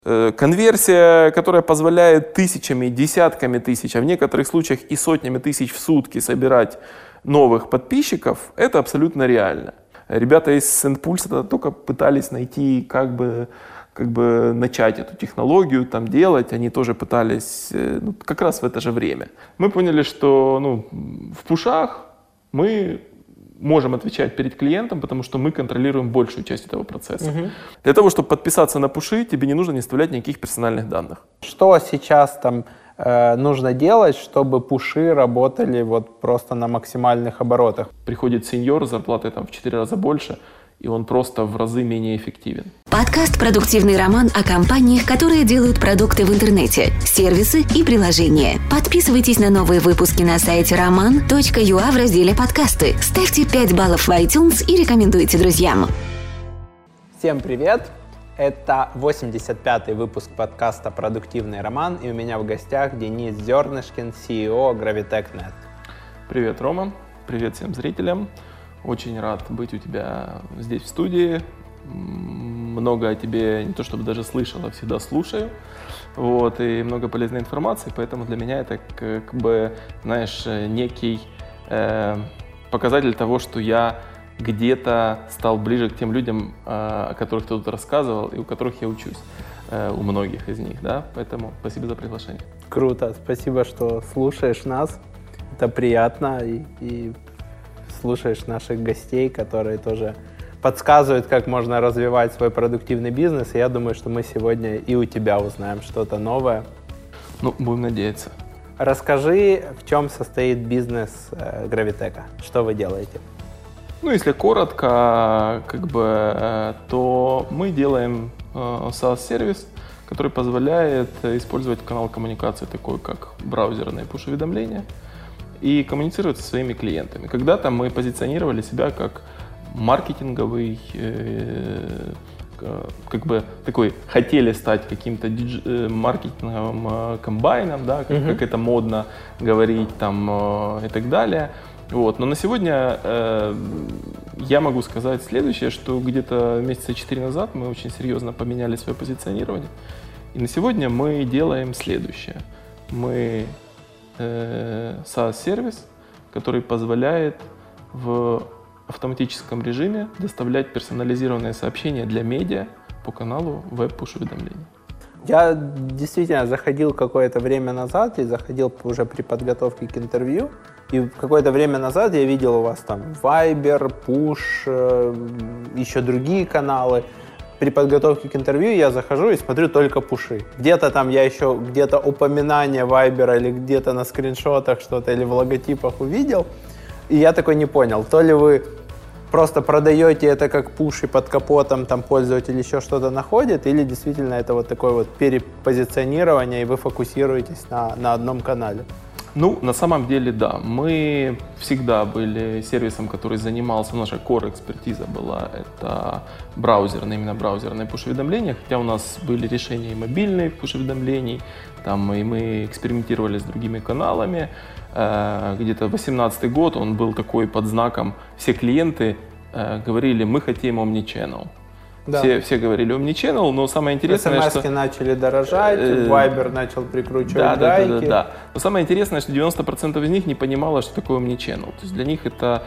Конверсия, которая позволяет тысячами, десятками тысяч, а в некоторых случаях и сотнями тысяч в сутки собирать новых подписчиков, это абсолютно реально. Ребята из SendPulse только пытались найти, как бы начать эту технологию там делать, они тоже пытались как раз в это же время. Мы поняли, что в пушах мы можем отвечать перед клиентом, потому что мы контролируем большую часть этого процесса. Для того, чтобы подписаться на пуши, тебе не нужно не оставлять никаких персональных данных. Что сейчас там нужно делать, чтобы пуши работали вот просто на максимальных оборотах? Приходит сеньор, зарплатой там в 4 раза больше, и он просто в разы менее эффективен. Подкаст «Продуктивный роман» о компаниях, которые делают продукты в интернете, сервисы и приложения. Подписывайтесь на новые выпуски на сайте roman.ua в разделе «Подкасты». Ставьте 5 баллов в iTunes и рекомендуйте друзьям. Всем привет! Это 85-й выпуск подкаста «Продуктивный роман», и у меня в гостях Денис Зернышкин, CEO Gravitech.net. Привет, Рома. Привет всем зрителям. Очень рад быть у тебя здесь в студии. Много о тебе не то чтобы даже слышал, а всегда слушаю. И много полезной информации, поэтому для меня это как бы, знаешь, некий показатель того, что я где-то стал ближе к тем людям, о которых ты тут рассказывал и у которых я учусь, у многих из них, да, поэтому спасибо за приглашение. Круто, спасибо, что слушаешь нас, это приятно, и слушаешь наших гостей, которые тоже подсказывают, как можно развивать свой продуктивный бизнес, и я думаю, что мы сегодня и у тебя узнаем что-то новое. Будем надеяться. Расскажи, в чем состоит бизнес Gravitech, что вы делаете? Если коротко, то мы делаем SaaS-сервис, который позволяет использовать канал коммуникации, такой как браузерные пуш-уведомления, и коммуницировать со своими клиентами. Когда-то мы позиционировали себя как маркетинговый, хотели стать каким-то маркетинговым комбайном, да, как это модно говорить там, и так далее. Но на сегодня я могу сказать следующее, что где-то месяца 4 назад мы очень серьезно поменяли свое позиционирование. И на сегодня мы делаем следующее. Мы SaaS-сервис, который позволяет в автоматическом режиме доставлять персонализированные сообщения для медиа по каналу веб-пуш-уведомлений. Я действительно заходил какое-то время назад и заходил уже при подготовке к интервью. И какое-то время назад я видел у вас там Viber, Push, еще другие каналы. При подготовке к интервью я захожу и смотрю только пуши. Где-то там я еще упоминание Viber или где-то на скриншотах что-то или в логотипах увидел. И я такой не понял, то ли вы просто продаете это как пуш и под капотом там пользователь еще что-то находит, или действительно это вот такое вот перепозиционирование, и вы фокусируетесь на одном канале? На самом деле, да. Мы всегда были сервисом, который занимался, наша core-экспертиза была, это именно браузерные пуш-уведомления, хотя у нас были решения и мобильных пуш-уведомлений, и мы экспериментировали с другими каналами. Где-то 2018 год, он был такой под знаком, все клиенты говорили, мы хотим Omnichannel. Да. Все говорили Omnichannel, но самое интересное, СМС-ки начали дорожать, Viber начал прикручивать гайки. Да. Но самое интересное, что 90% из них не понимало, что такое Omnichannel. То есть для них это,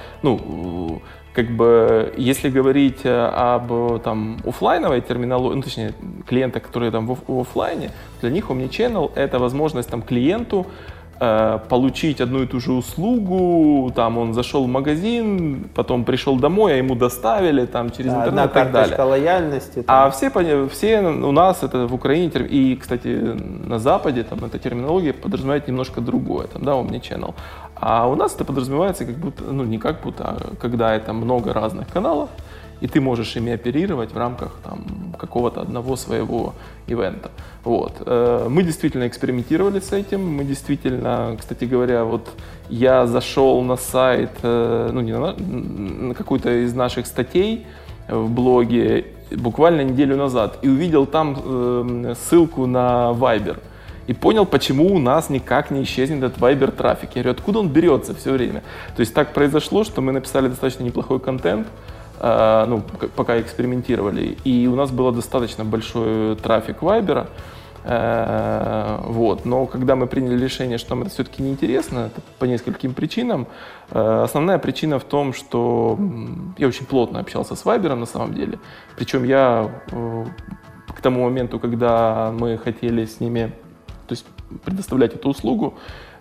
если говорить об офлайновой терминологии, точнее, клиентах, которые в офлайне, для них Omnichannel — это возможность клиенту получить одну и ту же услугу, он зашел в магазин, потом пришел домой, а ему доставили через интернет и так далее. Карточка лояльности. А все у нас это в Украине, и, кстати, на Западе эта терминология подразумевает немножко другое, Omnichannel. А у нас это подразумевается когда это много разных каналов, и ты можешь ими оперировать в рамках какого-то одного своего ивента. Мы действительно экспериментировали с этим, мы действительно, кстати говоря, я зашел на сайт, на какую-то из наших статей в блоге буквально неделю назад и увидел там ссылку на Viber. И понял, почему у нас никак не исчезнет этот Viber трафик. Я говорю, откуда он берется все время? То есть так произошло, что мы написали достаточно неплохой контент, пока экспериментировали. И у нас был достаточно большой трафик Viber. Но когда мы приняли решение, что нам это все-таки неинтересно, это по нескольким причинам. Основная причина в том, что я очень плотно общался с Viber на самом деле. Причем я к тому моменту, когда мы хотели с ними предоставлять эту услугу,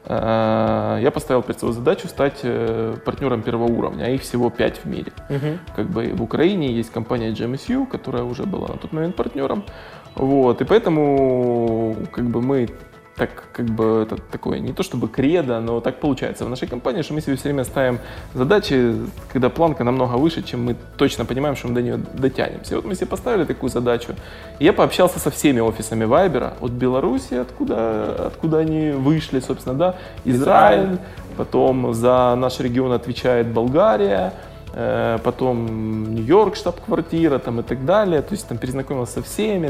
я поставил перед собой задачу стать партнером первого уровня, а их всего 5 в мире. В Украине есть компания GMSU, которая уже была на тот момент партнером. И поэтому мы это такое не то чтобы кредо, но так получается в нашей компании, что мы себе все время ставим задачи, когда планка намного выше, чем мы точно понимаем, что мы до нее дотянемся. Мы себе поставили такую задачу. И я пообщался со всеми офисами Viber, от Беларуси, откуда они вышли, собственно, да, Израиль, потом за наш регион отвечает Болгария, потом Нью-Йорк, штаб-квартира и так далее, то есть перезнакомился со всеми,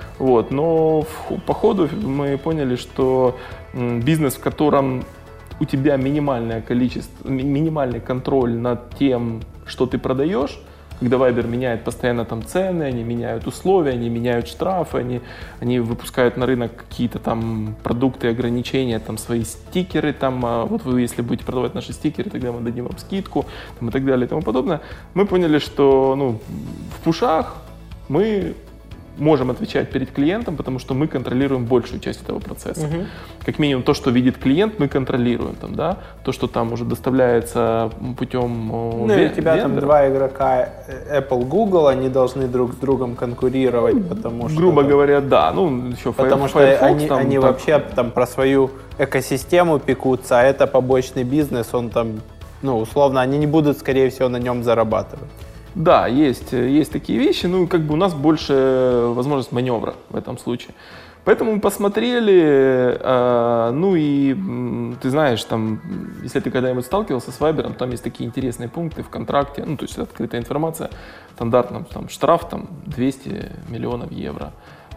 но по ходу мы поняли, что бизнес, в котором у тебя минимальный контроль над тем, что ты продаешь, когда Viber меняет постоянно цены, они меняют условия, они меняют штрафы, они выпускают на рынок какие-то продукты, ограничения, свои стикеры, вы если будете продавать наши стикеры, тогда мы дадим вам скидку, и так далее и тому подобное. Мы поняли, что в пушах мы можем отвечать перед клиентом, потому что мы контролируем большую часть этого процесса. Как минимум то, что видит клиент, мы контролируем. То, что там уже доставляется путем у тебя два игрока Apple, Google, они должны друг с другом конкурировать, потому что... Грубо говоря, да. Еще потому что они вообще про свою экосистему пекутся, а это побочный бизнес, он условно, они не будут, скорее всего, на нем зарабатывать. Да, есть такие вещи, у нас больше возможность маневра в этом случае. Поэтому мы посмотрели, и ты знаешь, если ты когда-нибудь сталкивался с Viber, там есть такие интересные пункты в контракте, то есть открытая информация, стандартно, штраф 200 миллионов евро,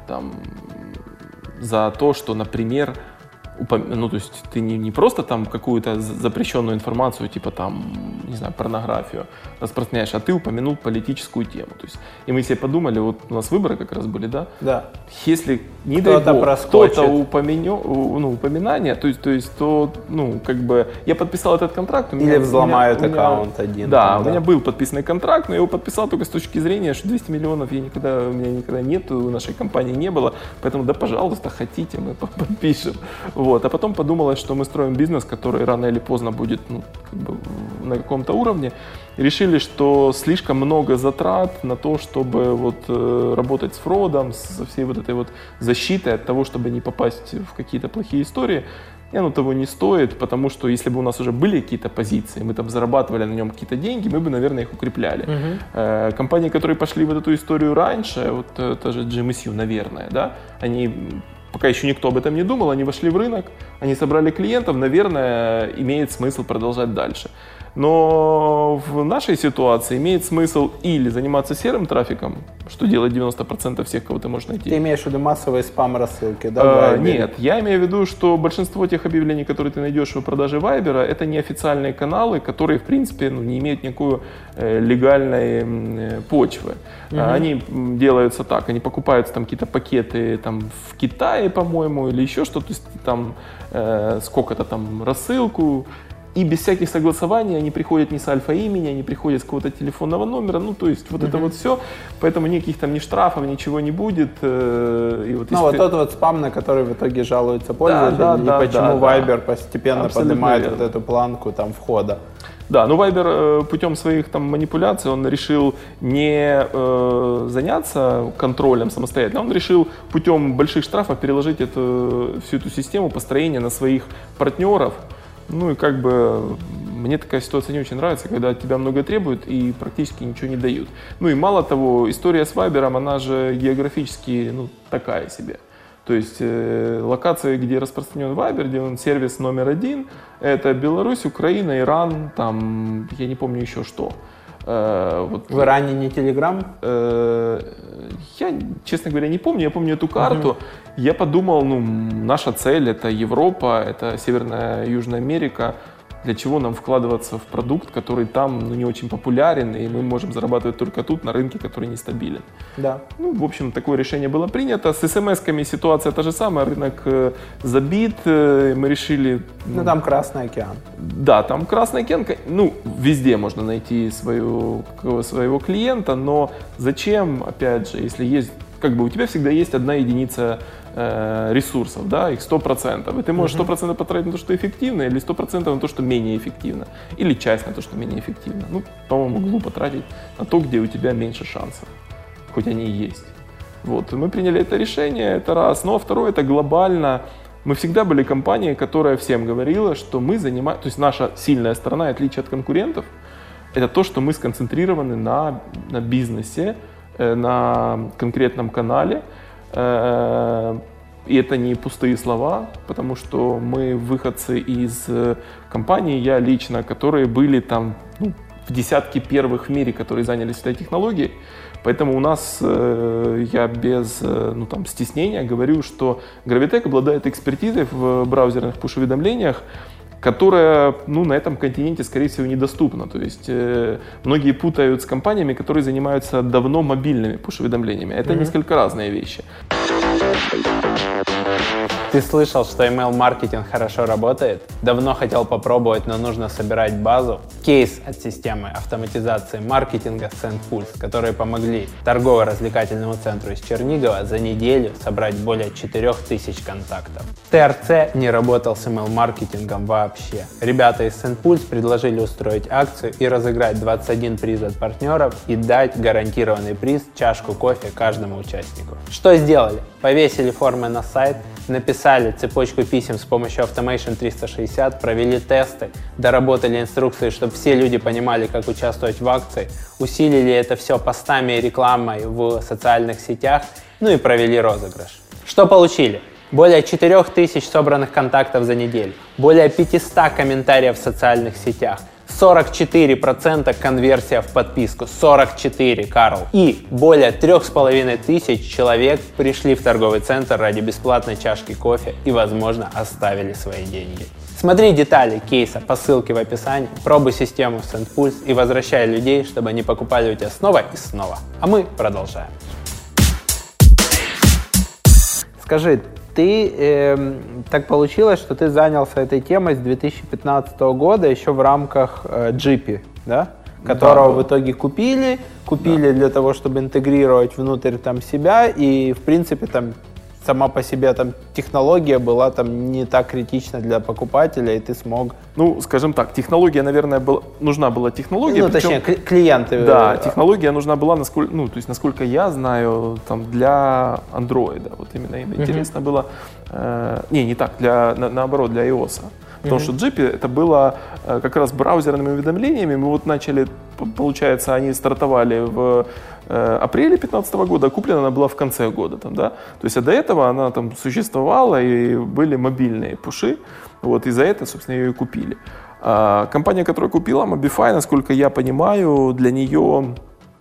за то, что, например, то есть ты не просто какую-то запрещенную информацию, не знаю, порнографию распространяешь, а ты упомянул политическую тему. То есть, и мы себе подумали, у нас выборы как раз были, да? Да. Если, не дай бог, кто-то упоминание, то я подписал этот контракт. Или взломают аккаунт один. Да, у меня был подписанный контракт, но я его подписал только с точки зрения, что 200 миллионов у меня никогда нет, у нашей компании не было, поэтому, да, пожалуйста, хотите, мы подпишем. А потом подумалось, что мы строим бизнес, который рано или поздно будет на каком-то уровне. И решили, что слишком много затрат на то, чтобы работать с фродом, со всей этой защитой от того, чтобы не попасть в какие-то плохие истории. И оно того не стоит, потому что если бы у нас уже были какие-то позиции, мы зарабатывали на нем какие-то деньги, мы бы, наверное, их укрепляли. Компании, которые пошли в эту историю раньше, это же GMSU, наверное, да, они... Пока еще никто об этом не думал, они вошли в рынок, они собрали клиентов, наверное, имеет смысл продолжать дальше. Но в нашей ситуации имеет смысл или заниматься серым трафиком, что делает 90% всех, кого ты можешь найти. Ты имеешь в виду массовые спам-рассылки, да? Нет, я имею в виду, что большинство тех объявлений, которые ты найдешь в продаже Viber, это неофициальные каналы, которые, в принципе, не имеют никакой легальной почвы. Они делаются так, они покупаются какие-то пакеты в Китае, по-моему, или еще что-то, сколько-то рассылку. И без всяких согласований они приходят не с альфа-имени, они приходят с какого-то телефонного номера, это все. Поэтому никаких ни штрафов, ничего не будет. И тот спам, на который в итоге жалуются пользователи, и почему Viber постепенно поднимает эту планку входа. Да, но Viber путем своих манипуляций, он решил не заняться контролем самостоятельно, он решил путем больших штрафов переложить всю эту систему построения на своих партнеров. Мне такая ситуация не очень нравится, когда от тебя много требуют и практически ничего не дают. И мало того, история с Viber, она же географически такая себе. То есть локации, где распространен Viber, где он сервис номер 1, это Беларусь, Украина, Иран, я не помню еще что. В Иране не Telegram? Я, честно говоря, не помню. Я помню эту карту. Я подумал, наша цель — это Европа, это Северная, Южная Америка. для чего нам вкладываться в продукт, который там не очень популярен, и мы можем зарабатывать только тут, на рынке, который нестабилен. Да. Ну, в общем, такое решение было принято. С смс-ками ситуация та же самая, рынок забит, мы решили... Ну, там Красный океан. Да, там Красный океан, ну, везде можно найти своего клиента, но зачем, опять же, если есть, как бы у тебя всегда есть одна единица ресурсов, да, их 100%, и ты можешь 100% потратить на то, что эффективно, или 100% на то, что менее эффективно, или часть на то, что менее эффективно. Ну, по-моему, глупо тратить на то, где у тебя меньше шансов, хоть они и есть. Вот, и мы приняли это решение, это раз. Ну, а второе, это глобально. Мы всегда были компанией, которая всем говорила, что мы занимаемся, то есть наша сильная сторона, отличие от конкурентов, это то, что мы сконцентрированы на бизнесе, на конкретном канале. И это не пустые слова, потому что мы выходцы из компаний, я лично, которые были там в десятке первых в мире, которые занялись этой технологией. Поэтому у нас, я без стеснения говорю, что Gravitech обладает экспертизой в браузерных пуш-уведомлениях, которая на этом континенте, скорее всего, недоступна. То есть многие путают с компаниями, которые занимаются давно мобильными пуш-уведомлениями. Это несколько разные вещи. Ты слышал, что email-маркетинг хорошо работает? Давно хотел попробовать, но нужно собирать базу? Кейс от системы автоматизации маркетинга SendPulse, которые помогли торгово-развлекательному центру из Чернигова за неделю собрать более 4000 контактов. ТРЦ не работал с email-маркетингом вообще. Ребята из SendPulse предложили устроить акцию и разыграть 21 приз от партнеров и дать гарантированный приз — чашку кофе каждому участнику. Что сделали? Повесили формы на сайт, написали цепочку писем с помощью Automation 360, провели тесты, доработали инструкции, чтобы все люди понимали, как участвовать в акции, усилили это все постами и рекламой в социальных сетях, ну и провели розыгрыш. Что получили? Более 4000 собранных контактов за неделю, более 500 комментариев в социальных сетях, 44% конверсия в подписку, 44, Карл. И более 3500 человек пришли в торговый центр ради бесплатной чашки кофе и, возможно, оставили свои деньги. Смотри детали кейса по ссылке в описании, пробуй систему SendPulse и возвращай людей, чтобы они покупали у тебя снова и снова. А мы продолжаем. Скажи, так получилось, что ты занялся этой темой с 2015 года еще в рамках Джипи, да? Которого в итоге купили для того, чтобы интегрировать внутрь там себя, и в принципе там сама по себе там технология была там не так критична для покупателя, и ты смог... Ну, скажем так, технология, наверное, нужна была технология. Ну, точнее, клиенты. Да, технология нужна была, насколько я знаю, там, для Android. Вот именно интересно было... не так, наоборот, для iOS. Потому что Джипи это было как раз браузерными уведомлениями. Мы вот начали, получается, они стартовали в апреле 2015 года, а куплена она была в конце года. Там, да? То есть, а до этого она там существовала, и были мобильные пуши. Вот, и за это, собственно, ее и купили. Компания, которая купила, Mobify, насколько я понимаю, для нее...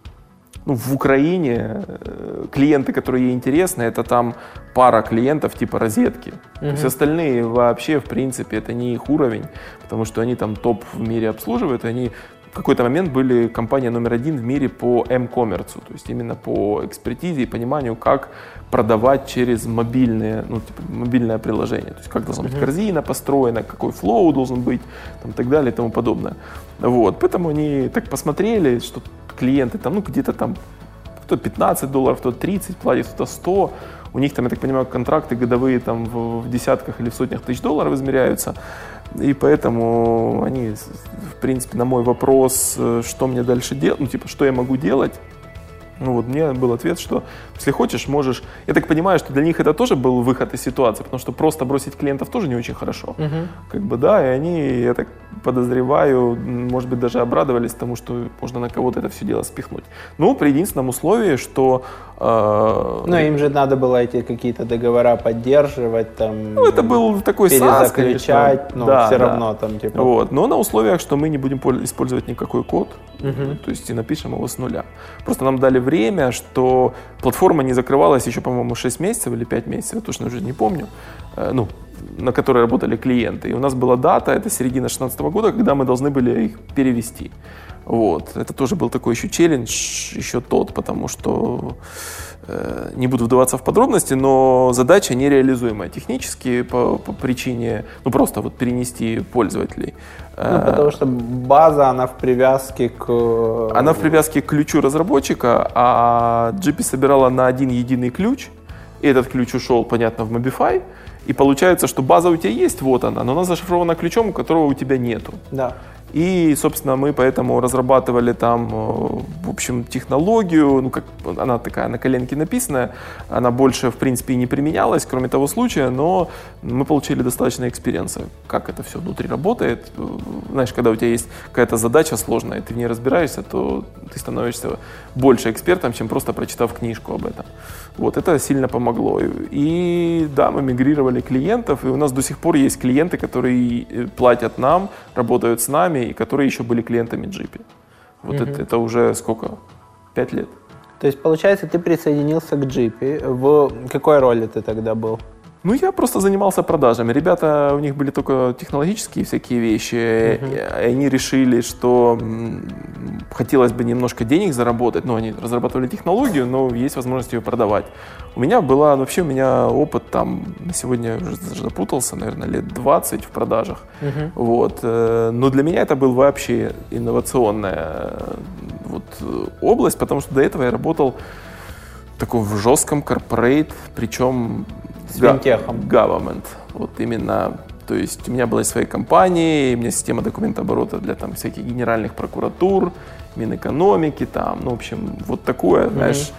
в Украине клиенты, которые ей интересны, это там пара клиентов типа розетки. То есть остальные вообще, в принципе, это не их уровень, потому что они там топ в мире обслуживают. Они в какой-то момент были компания номер 1 в мире по М-коммерцу, то есть именно по экспертизе и пониманию, как продавать через мобильное приложение. То есть как должна быть корзина построена, какой флоу должен быть, там, и так далее и тому подобное. Вот. Поэтому они так посмотрели, что клиенты там, где-то там кто $15, кто 30 платит, кто 100. У них там, я так понимаю, контракты годовые там в десятках или в сотнях тысяч долларов измеряются. И поэтому они, в принципе, на мой вопрос, что мне дальше делать, что я могу делать, мне был ответ, что если хочешь, можешь... Я так понимаю, что для них это тоже был выход из ситуации, потому что просто бросить клиентов тоже не очень хорошо. И они, я так подозреваю, может быть, даже обрадовались тому, что можно на кого-то это все дело спихнуть. При единственном условии, что... им же надо было эти какие-то договора поддерживать, там... это был такой SaaS, перезаключать, все равно там, типа... Вот, но на условиях, что мы не будем использовать никакой код, то есть и напишем его с нуля. Просто нам дали время, что платформа не закрывалась еще, по-моему, 6 месяцев или 5 месяцев, я точно уже не помню. на которой работали клиенты. И у нас была дата, это середина 2016 года, когда мы должны были их перевести. Вот. Это тоже был такой еще челлендж, еще тот, потому что не буду вдаваться в подробности, но задача нереализуемая технически по причине, ну просто вот перенести пользователей. Ну, потому что база, она в привязке к... Она в привязке к ключу разработчика, а Джипи собирала на один единый ключ, и этот ключ ушел, понятно, в Mobify, и получается, что база у тебя есть, вот она, но она зашифрована ключом, которого у тебя нету. Да. И, собственно, мы поэтому разрабатывали там, в общем, технологию, ну, как она такая на коленке написанная, она больше, в принципе, и не применялась, кроме того случая, но мы получили достаточно экспириенса, как это все внутри работает. Знаешь, когда у тебя есть какая-то задача сложная, ты в ней разбираешься, то ты становишься больше экспертом, чем просто прочитав книжку об этом. Вот, это сильно помогло. И да, мы мигрировали клиентов, и у нас до сих пор есть клиенты, которые платят нам, работают с нами, и которые еще были клиентами Джипи. Вот это уже сколько? 5 лет. То есть, получается, ты присоединился к Джипи. В какой роли ты тогда был? Ну, я просто занимался продажами. Ребята, у них были только технологические всякие вещи, и они решили, что хотелось бы немножко денег заработать. Ну, они разрабатывали технологию, но есть возможность ее продавать. У меня была, вообще у меня опыт там, на сегодня я уже даже запутался, наверное, лет 20 в продажах. Вот. Но для меня это был вообще инновационная вот область, потому что до этого я работал такой в жестком корпорейт, причем с финтехом. Government. Вот именно, то есть у меня была своя компания, у меня система документооборота для там всяких генеральных прокуратур, Минэкономики, там, ну, в общем, вот такое, знаешь,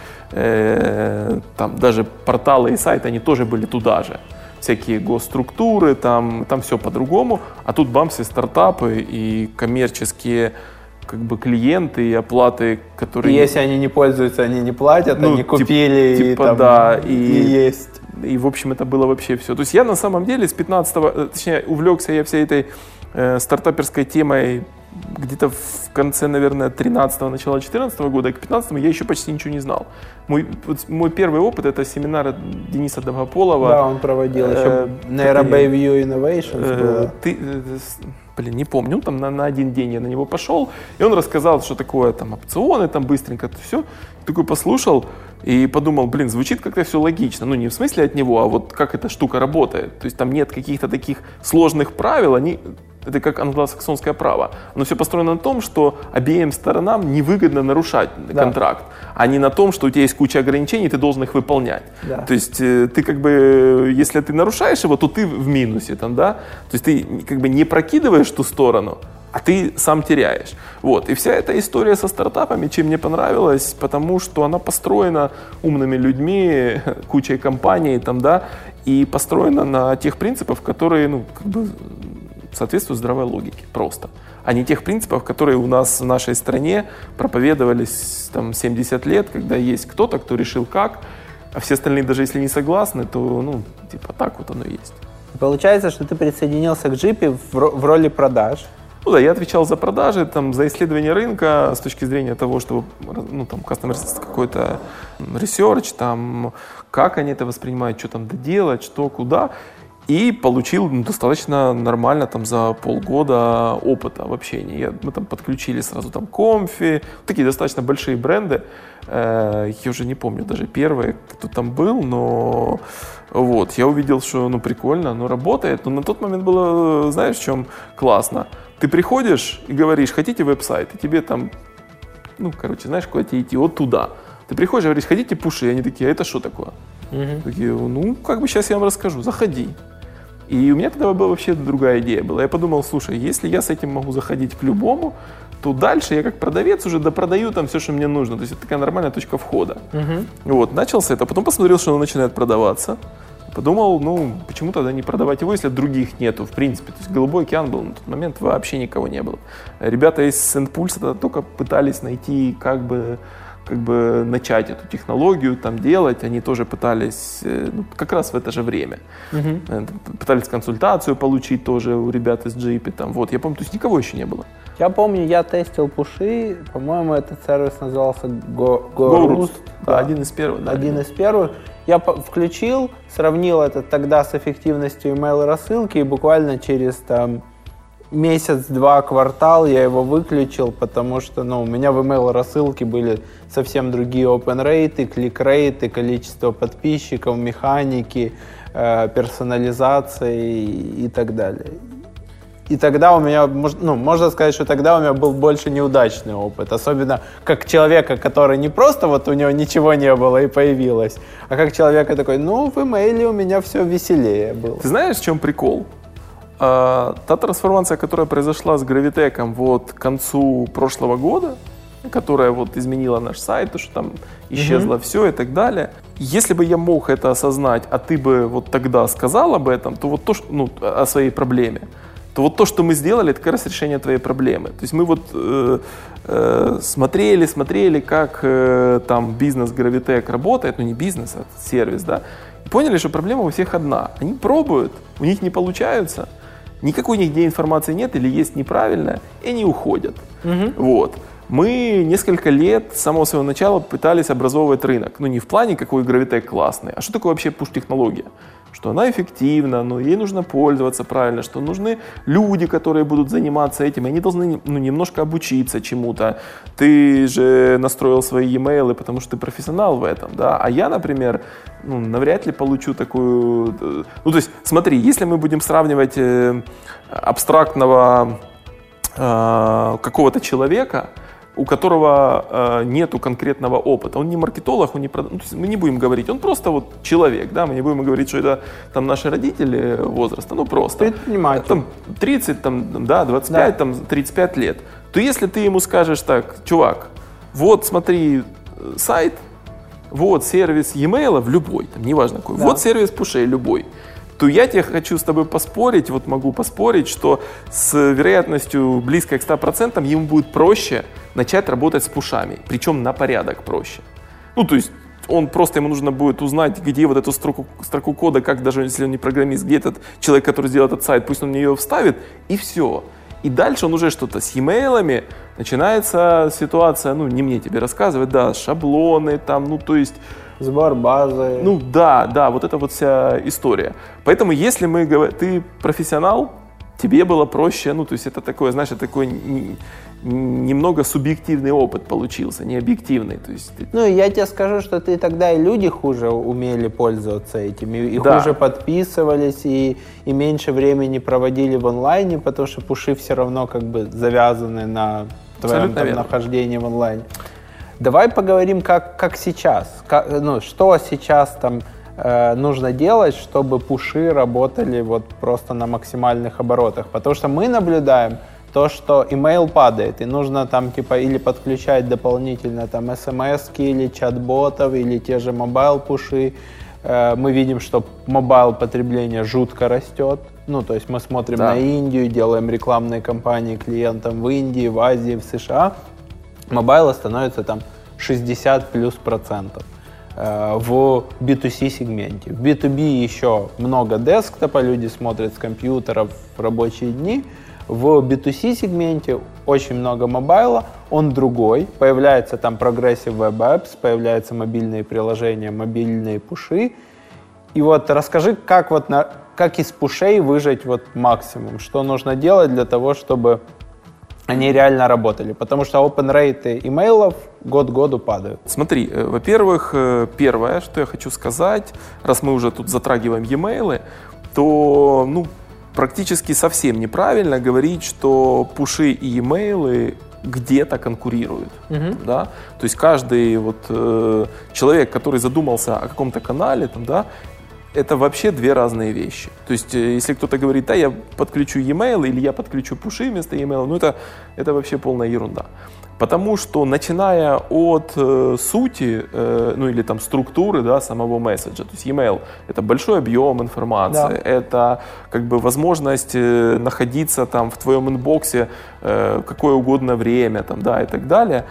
там даже порталы и сайты, они тоже были туда же. Всякие госструктуры, там все по-другому, а тут бам, все стартапы и коммерческие как бы клиенты и оплаты, которые... И если они не пользуются, они не платят, ну, они купили типа, и там, да, и есть. И, в общем, это было вообще все. То есть я на самом деле с 15-го, точнее, увлекся я всей этой стартаперской темой где-то в конце, наверное, 13-го, начала 14-го года, и к 15-му я еще почти ничего не знал. Мой первый опыт — это семинар Дениса Довгополова. Да, он проводил еще Bayview Innovations. Блин, не помню, он там на один день я на него пошел, и он рассказал, что такое там опционы, там быстренько это все. Такой послушал и подумал, блин, звучит как-то все логично. Ну, не в смысле от него, а вот как эта штука работает. То есть там нет каких-то таких сложных правил, это как англосаксонское право. Оно все построено на том, что обеим сторонам невыгодно нарушать контракт, а не на том, что у тебя есть куча ограничений, ты должен их выполнять. Да. То есть ты как бы, если ты нарушаешь его, то ты в минусе там, да? То есть ты как бы не прокидываешь ту сторону, а ты сам теряешь. Вот. И вся эта история со стартапами, чем мне понравилась, потому что она построена умными людьми, кучей компаний, там, да, и построена на тех принципах, которые, ну, как бы соответствуют здравой логике, просто. А не тех принципов, которые у нас в нашей стране проповедовались там 70 лет, когда есть кто-то, кто решил как, а все остальные, даже если не согласны, то, ну, типа, так вот оно и есть. Получается, что ты присоединился к Джипи в роли продаж. Ну да, я отвечал за продажи, там, за исследование рынка с точки зрения того, чтобы, ну, там, customer какой-то research, там, как они это воспринимают, что там доделать, что, куда. И получил достаточно нормально там за полгода опыта в общении. Мы там подключили сразу там Comfy, такие достаточно большие бренды. Я уже не помню даже первые, кто там был, но вот, я увидел, что ну прикольно, оно работает. Но на тот момент было, знаешь, в чем классно? Ты приходишь и говоришь, хотите веб-сайт, и тебе там, ну, короче, знаешь, куда тебе идти, вот туда. Ты приходишь и говоришь, хотите пуши? И они такие, а это что такое? Такие, ну, как бы сейчас я вам расскажу, заходи. И у меня тогда была вообще другая идея была. Я подумал, слушай, если я с этим могу заходить к любому, то дальше я как продавец уже допродаю там все, что мне нужно. То есть это такая нормальная точка входа. Вот, начал с этого, потом посмотрел, что оно начинает продаваться. Подумал, ну, почему тогда не продавать его, если других нету, в принципе. То есть Голубой океан был на тот момент, вообще никого не было. Ребята из Сент-Пульса тогда только пытались найти, как бы начать эту технологию там делать, они тоже пытались, ну, как раз в это же время. Пытались консультацию получить тоже у ребят из Джипи, там, вот, я помню, то есть никого еще не было. Я помню, я тестил пуши, по-моему, этот сервис назывался GoRoost. Да, один из первых. Да, один из первых. Я включил, сравнил это тогда с эффективностью email-рассылки, и буквально через там месяц-два, квартал я его выключил, потому что у меня в email-рассылке были совсем другие open-рейты, клик-рейты, количество подписчиков, механики, персонализации и так далее. И тогда у меня, можно сказать, что тогда у меня был больше неудачный опыт. Особенно как человека, который не просто вот у него ничего не было и появилось, а как человека такой, в имейле у меня все веселее было. Ты знаешь, в чем прикол? Та трансформация, которая произошла с Gravitec вот к концу прошлого года, которая вот изменила наш сайт, то, что там исчезло все и так далее. Если бы я мог это осознать, а ты бы вот тогда сказал об этом, то вот то, что, о своей проблеме, то вот то, что мы сделали, это как раз решение твоей проблемы. То есть мы вот смотрели, как там бизнес Gravitec работает, не бизнес, а сервис, да, и поняли, что проблема у всех одна. Они пробуют, у них не получается, никакой нигде информации нет или есть неправильная, и они уходят. Вот. Мы несколько лет с самого своего начала пытались образовывать рынок. Не в плане, какой Gravitec классный, а что такое вообще пуш-технология. Что она эффективна, но ей нужно пользоваться правильно, что нужны люди, которые будут заниматься этим, и они должны немножко обучиться чему-то. Ты же настроил свои e-mail, потому что ты профессионал в этом, да, а я, например, навряд ли получу такую... то есть, смотри, если мы будем сравнивать абстрактного какого-то человека, у которого нету конкретного опыта. Он не маркетолог, он не мы не будем говорить, он просто вот человек, да, мы не будем говорить, что это там наши родители возраста, просто. Предприниматель. Там 30, 25, да. 35 лет. То если ты ему скажешь так, чувак, вот смотри сайт, вот сервис e-mail любой, неважно какой, да. Вот сервис пушей любой, то я тебе хочу с тобой поспорить, вот могу поспорить, что с вероятностью близкой к 100% ему будет проще начать работать с пушами, причем на порядок проще. То есть ему нужно будет узнать, где вот эту строку кода, как даже если он не программист, где этот человек, который сделал этот сайт, пусть он ее вставит, и все. И дальше он уже что-то с e-mail'ами, начинается ситуация, не мне тебе рассказывать, да, шаблоны там, то есть... Сбор базы. Да, вот эта вот вся история. Поэтому если ты профессионал, тебе было проще, то есть это такое, знаешь, такой немного субъективный опыт получился, не объективный. То есть я тебе скажу, что ты тогда и люди хуже умели пользоваться этим, и хуже подписывались, и меньше времени проводили в онлайне, потому что пуши все равно как бы завязаны на твоем нахождении в онлайне. Давай поговорим, как сейчас, что сейчас там нужно делать, чтобы пуши работали вот просто на максимальных оборотах. Потому что мы наблюдаем то, что email падает, и нужно там или подключать дополнительно там смс-ки, или чат-ботов, или те же мобайл-пуши. Мы видим, что мобайл-потребление жутко растет. То есть мы смотрим на Индию, делаем рекламные кампании клиентам в Индии, в Азии, в США. Мобайла становится там 60+% в B2C сегменте. В B2B еще много десктопа, люди смотрят с компьютеров в рабочие дни. В B2C сегменте очень много мобайла, он другой. Появляется там Progressive Web Apps, появляются мобильные приложения, мобильные пуши. И вот расскажи, как из пушей выжать вот максимум, что нужно делать для того, чтобы они реально работали, потому что open-рейты имейлов год к году падают. Смотри, во-первых, первое, что я хочу сказать, раз мы уже тут затрагиваем e-mail, то практически совсем неправильно говорить, что пуши и e-mail где-то конкурируют. Да? То есть каждый человек, который задумался о каком-то канале, это вообще две разные вещи. То есть, если кто-то говорит, я подключу e-mail или я подключу пуши вместо e-mail, это вообще полная ерунда. Потому что, начиная от сути, или там структуры, самого месседжа, то есть e-mail — это большой объем информации, это как бы возможность находиться там в твоем инбоксе какое угодно время, и так далее.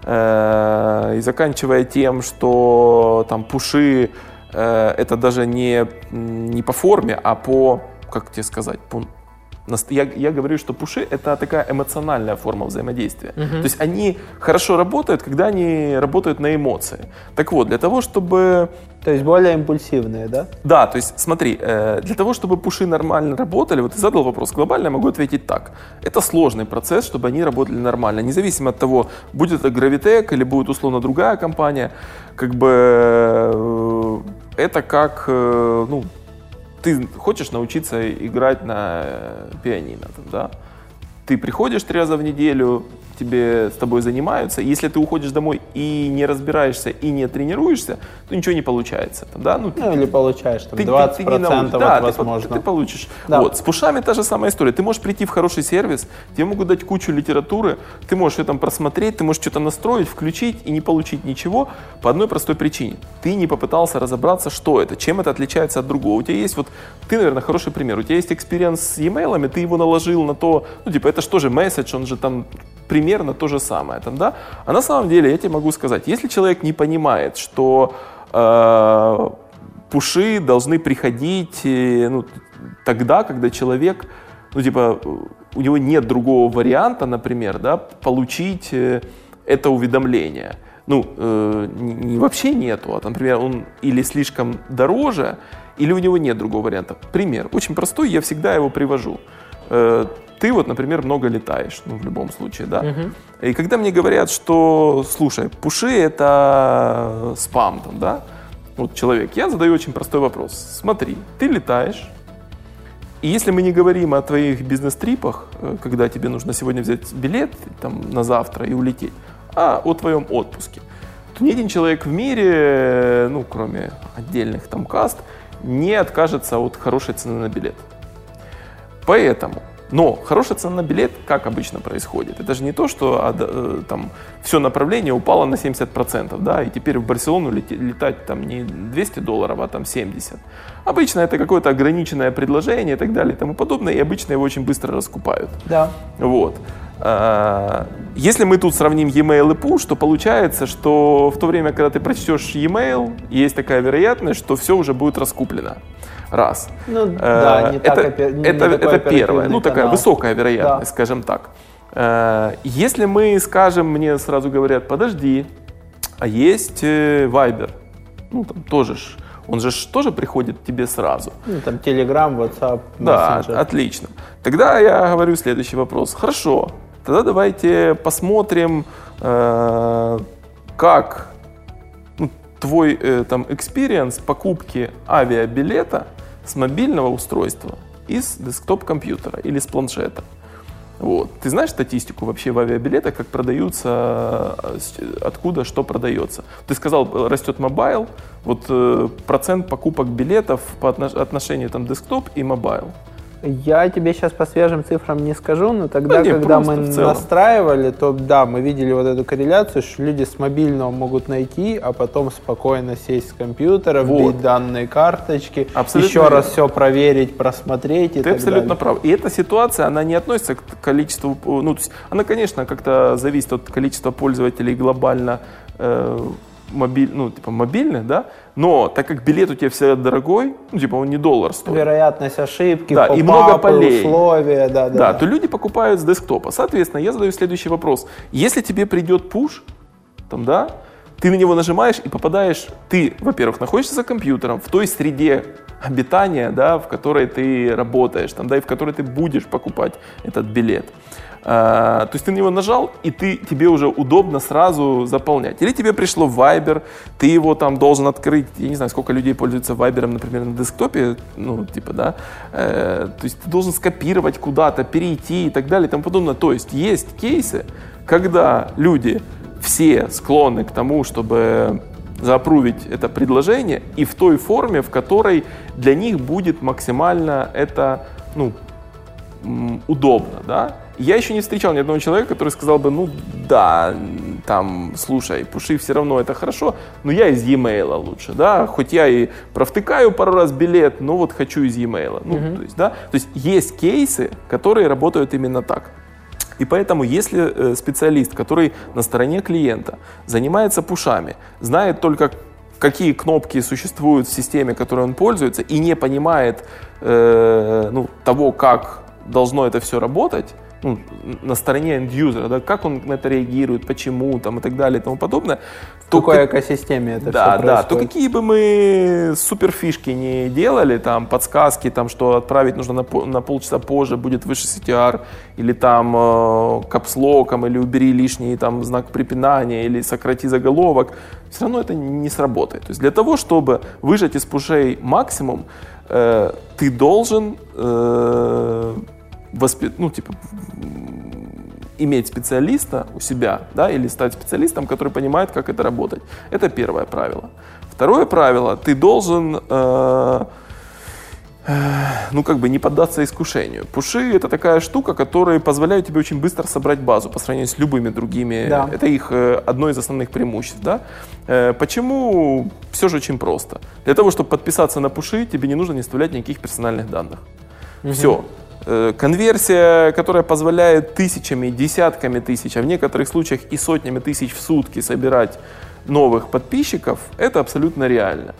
И заканчивая тем, что там пуши это даже не по форме, а по, как тебе сказать, Я говорю, что пуши — это такая эмоциональная форма взаимодействия. То есть они хорошо работают, когда они работают на эмоции. Так вот, для того, чтобы... То есть более импульсивные, да? Да, то есть смотри, для того, чтобы пуши нормально работали, вот ты задал вопрос глобально, я могу ответить так. Это сложный процесс, чтобы они работали нормально, независимо от того, будет это Gravitec или будет условно другая компания, как бы это как, ну, ты хочешь научиться играть на пианино, да? Ты приходишь 3 раза в неделю, с тобой занимаются. Если ты уходишь домой и не разбираешься, и не тренируешься, то ничего не получается. Да? Ну, или получаешь там, 20% да, возможно. Ты получишь. Да. Вот. С пушами та же самая история. Ты можешь прийти в хороший сервис, тебе могут дать кучу литературы, ты можешь ее там просмотреть, ты можешь что-то настроить, включить и не получить ничего по одной простой причине. Ты не попытался разобраться, что это, чем это отличается от другого. У тебя есть вот, ты, наверное, хороший пример. У тебя есть экспириенс с e-mail'ами, ты его наложил на то, ну, типа, это что же месседж, он же там примерно то же самое. Там, да? А на самом деле, я тебе могу сказать, если человек не понимает, что пуши должны приходить ну, тогда, когда человек, ну, типа, у него нет другого варианта, например, да, получить это уведомление. Ну, вообще нету, а, например, он или слишком дороже, или у него нет другого варианта. Пример, очень простой, я всегда его привожу. Ты вот, например, много летаешь, ну, в любом случае, да. И когда мне говорят, что, слушай, пуши — это спам, там, да, вот человек, я задаю очень простой вопрос. Смотри, ты летаешь, и если мы не говорим о твоих бизнес-трипах, когда тебе нужно сегодня взять билет там, на завтра и улететь, а о твоем отпуске, то ни один человек в мире, ну, кроме отдельных там каст, не откажется от хорошей цены на билет. Поэтому, но хорошая цена на билет, как обычно происходит, это же не то, что там все направление упало на 70%, да, и теперь в Барселону летать там не $200, а там 70. Обычно это какое-то ограниченное предложение и так далее и тому подобное, и обычно его очень быстро раскупают. Да. Вот. Если мы тут сравним e-mail и push, то получается, что в то время, когда ты прочтешь e-mail, есть такая вероятность, что все уже будет раскуплено. Раз. Ну, да, это первое, ну, такая высокая вероятность, да, скажем так. Если мы скажем, мне сразу говорят, подожди, а есть Viber, ну, там тоже ж, он же тоже приходит к тебе сразу. Ну, там Telegram, WhatsApp, Да, Messenger. Отлично. Тогда я говорю следующий вопрос. Хорошо, тогда давайте посмотрим, как твой там experience покупки авиабилета с мобильного устройства из десктоп-компьютера или с планшета. Вот. Ты знаешь статистику вообще в авиабилетах, как продаются, откуда что продается? Ты сказал, растет мобайл, вот процент покупок билетов по отношению там десктоп и мобайл. Я тебе сейчас по свежим цифрам не скажу, но тогда, когда мы настраивали, то да, мы видели вот эту корреляцию, что люди с мобильного могут найти, а потом спокойно сесть с компьютера, вбить данные карточки, абсолютно еще раз все проверить, просмотреть и так далее. Ты абсолютно прав. И эта ситуация, она не относится к количеству, ну, то есть она, конечно, как-то зависит от количества пользователей глобально, мобильных, да, но так как билет у тебя всегда дорогой, ну, типа он не $1 стоит. Вероятность ошибки, да, и много полей. Условия, да, то люди покупают с десктопа. Соответственно, я задаю следующий вопрос. Если тебе придет пуш, там, да, ты на него нажимаешь и попадаешь, ты, во-первых, находишься за компьютером в той среде обитания, да, в которой ты работаешь, там, да, и в которой ты будешь покупать этот билет. То есть ты на него нажал, и тебе уже удобно сразу заполнять. Или тебе пришло Viber, ты его там должен открыть. Я не знаю, сколько людей пользуются Viber, например, на десктопе, ну, типа, да. То есть ты должен скопировать куда-то, перейти и так далее и тому подобное. То есть кейсы, когда люди все склонны к тому, чтобы заапрувить это предложение, и в той форме, в которой для них будет максимально это, ну, удобно, да. Я еще не встречал ни одного человека, который сказал бы, ну да, там, слушай, пуши все равно это хорошо, но я из e-mail лучше, да, хоть я и провтыкаю пару раз билет, но вот хочу из e-mail. Ну, то есть, да, то есть кейсы, которые работают именно так. И поэтому, если специалист, который на стороне клиента занимается пушами, знает только, какие кнопки существуют в системе, которой он пользуется, и не понимает того, как должно это все работать, ну, на стороне end-юзера, да, как он на это реагирует, почему там, и так далее и тому подобное. В какой экосистеме это все происходит. Да, то какие бы мы суперфишки не делали, там, подсказки, там, что отправить нужно на полчаса позже, будет выше CTR, или там капслоком, или убери лишний там, знак препинания, или сократи заголовок, все равно это не сработает. То есть для того, чтобы выжать из пушей максимум, ты должен иметь специалиста у себя, да, или стать специалистом, который понимает, как это работать. Это первое правило. Второе правило, ты должен не поддаться искушению. Пуши — это такая штука, которая позволяет тебе очень быстро собрать базу по сравнению с любыми другими. Да. Это их одно из основных преимуществ. Да? Почему? Все же очень просто. Для того, чтобы подписаться на пуши, тебе не нужно не вставлять никаких персональных данных. Все. Конверсия, которая позволяет тысячами, десятками тысяч, а в некоторых случаях и сотнями тысяч в сутки собирать новых подписчиков, это абсолютно реально.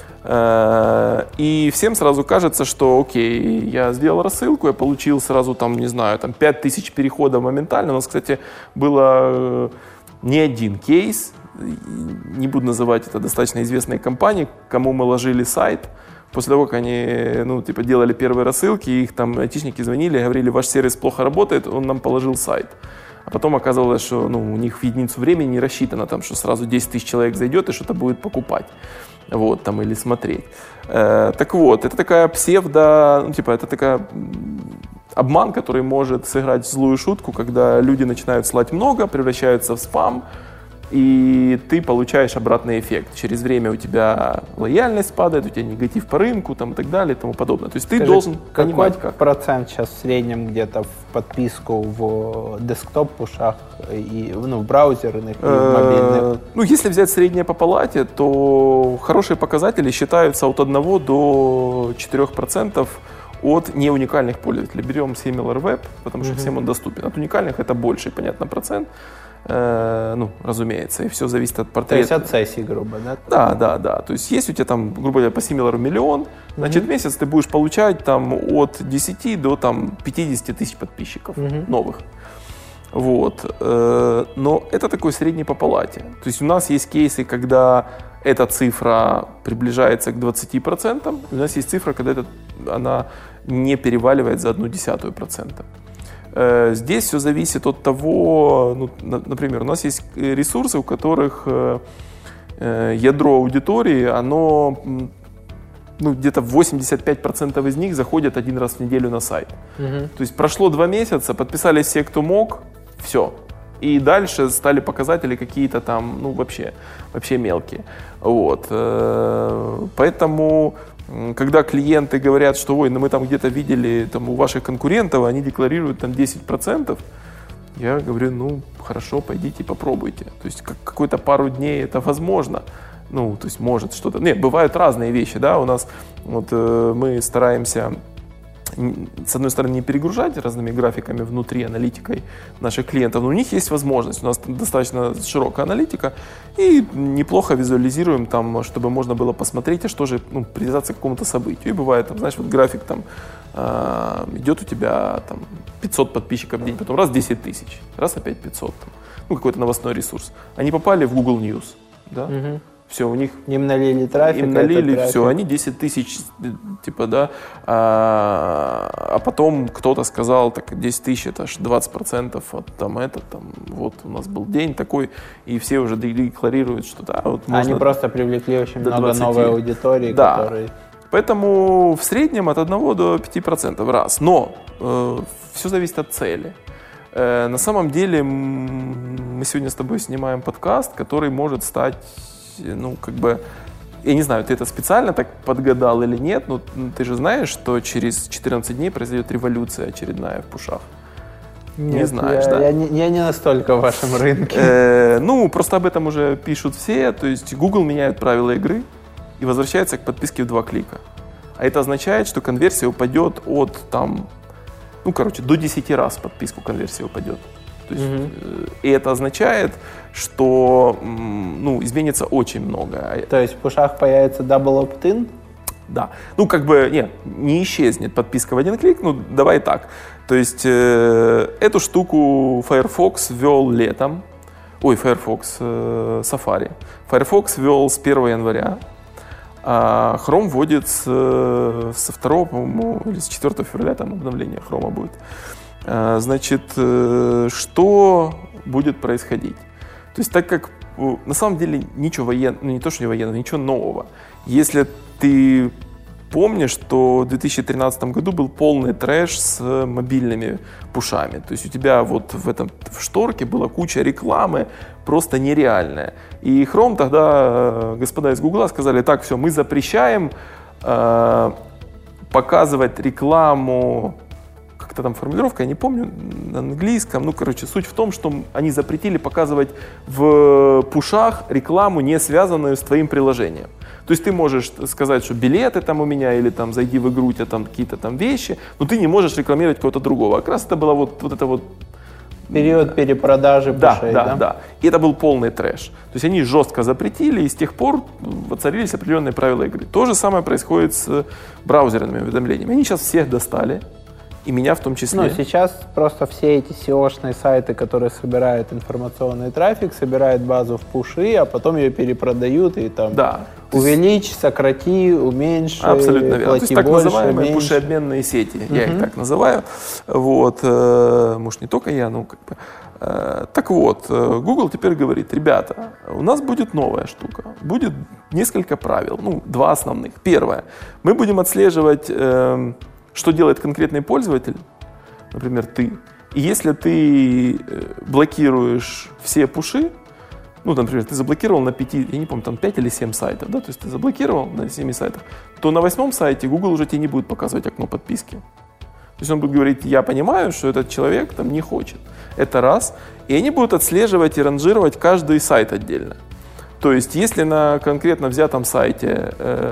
И всем сразу кажется, что окей, я сделал рассылку, я получил сразу 5000 переходов моментально. У нас, кстати, было не один кейс, не буду называть это, достаточно известные компании, кому мы ложили сайт. После того, как они делали первые рассылки, их там айтишники звонили, говорили, ваш сервис плохо работает, он нам положил сайт. А потом оказалось, что у них в единицу времени не рассчитано, что сразу 10 тысяч человек зайдет и что-то будет покупать. Или смотреть. Так вот, это такая это такая обман, который может сыграть злую шутку, когда люди начинают слать много, превращаются в спам, и ты получаешь обратный эффект. Через время у тебя лояльность падает, у тебя негатив по рынку и так далее и тому подобное. То есть ты должен понимать, как. Процент сейчас в среднем где-то в подписку в десктоп-пушах и в браузерных и в мобильных? Если взять среднее по палате, то хорошие показатели считаются от 1 до 4% от неуникальных пользователей. Берем SimilarWeb, потому что всем он доступен. От уникальных это больше, понятно, процент. Разумеется, и все зависит от портрета. То есть от сессии, грубо, да? Да. То есть есть у тебя там, грубо говоря, по Similar 1 миллион, значит, в месяц ты будешь получать от 10 до 50 тысяч подписчиков новых. Но это такой средний по палате. То есть у нас есть кейсы, когда эта цифра приближается к 20%, у нас есть цифра, когда она не переваливает за 0,1%. Здесь все зависит от того, например, у нас есть ресурсы, у которых ядро аудитории, оно где-то 85% из них заходят 1 раз в неделю на сайт. То есть прошло 2 месяца, подписались все, кто мог, все. И дальше стали показатели какие-то там, вообще мелкие. Поэтому, когда клиенты говорят, что мы там где-то видели у ваших конкурентов, они декларируют 10%, я говорю, хорошо, пойдите попробуйте. То есть какой-то пару дней это возможно. То есть может что-то. Нет, бывают разные вещи, да, у нас мы стараемся, с одной стороны, не перегружать разными графиками внутри, аналитикой наших клиентов, но у них есть возможность. У нас достаточно широкая аналитика, и неплохо визуализируем там, чтобы можно было посмотреть, а что же привязаться к какому-то событию. И бывает, график идет у тебя 500 подписчиков в день, потом раз 10 тысяч, раз опять 500. Какой-то новостной ресурс. Они попали в Google News, да? Все, у них им налили трафик, все, они 10 тысяч, а потом кто-то сказал, так 10 тысяч это аж 20% от у нас был день такой, и все уже декларируют, что можно. Они просто привлекли очень много 20. Новой аудитории, да. которые... Поэтому в среднем от 1 до 5% раз, но все зависит от цели. На самом деле мы сегодня с тобой снимаем подкаст, который может стать, я не знаю, ты это специально так подгадал или нет, но ты же знаешь, что через 14 дней произойдет революция очередная в пушах. Нет, не знаешь, да? Я не настолько в вашем рынке. Просто об этом уже пишут все. То есть Google меняет правила игры и возвращается к подписке в 2 клика. А это означает, что конверсия упадет от до 10 раз подписку конверсия упадет. То есть, и это означает, что изменится очень много. То есть в пушах появится double opt-in? Да. Ну, как бы, не исчезнет подписка в один клик, ну, давай так. То есть, эту штуку Firefox ввел летом. Firefox, Safari. Firefox ввел с 1 января. А Chrome вводит со 2, по-моему, или с 4 февраля, там обновление Chrome будет. Значит, что будет происходить? То есть, так как на самом деле ничего военного, не то, что не военного, ничего нового. Если ты помнишь, что в 2013 году был полный трэш с мобильными пушами. То есть у тебя вот в шторке была куча рекламы, просто нереальная. И Chrome тогда, господа из Гугла, сказали: так, все, мы запрещаем показывать рекламу. Как-то там формулировка, я не помню, на английском. Ну, короче, суть в том, что они запретили показывать в пушах рекламу, не связанную с твоим приложением. То есть ты можешь сказать, что билеты там у меня, или там зайди в игру, у тебя там какие-то там вещи, но ты не можешь рекламировать кого-то другого. Как раз это было вот это вот... Период перепродажи пушей, да? Да. И это был полный трэш. То есть они жестко запретили, и с тех пор воцарились определенные правила игры. То же самое происходит с браузерными уведомлениями. Они сейчас всех достали. И меня в том числе. Ну, сейчас просто все эти SEO-шные сайты, которые собирают информационный трафик, собирают базу в пуши, а потом ее перепродают и там увеличь, сократи, уменьши, абсолютно верно. То есть так больше, называемые пушеобменные сети, я их так называю. Вот. Может, не только я, но как бы. Так вот, Google теперь говорит: ребята, у нас будет новая штука, будет несколько правил, 2 основных. Первое, мы будем отслеживать, что делает конкретный пользователь, например, ты. И если ты блокируешь все пуши, например, ты заблокировал на 5, я не помню, там 5 или 7 сайтов, да, то есть ты заблокировал на 7 сайтах, то на 8 сайте Google уже тебе не будет показывать окно подписки. То есть он будет говорить: я понимаю, что этот человек там не хочет. Это раз. И они будут отслеживать и ранжировать каждый сайт отдельно. То есть если на конкретно взятом сайте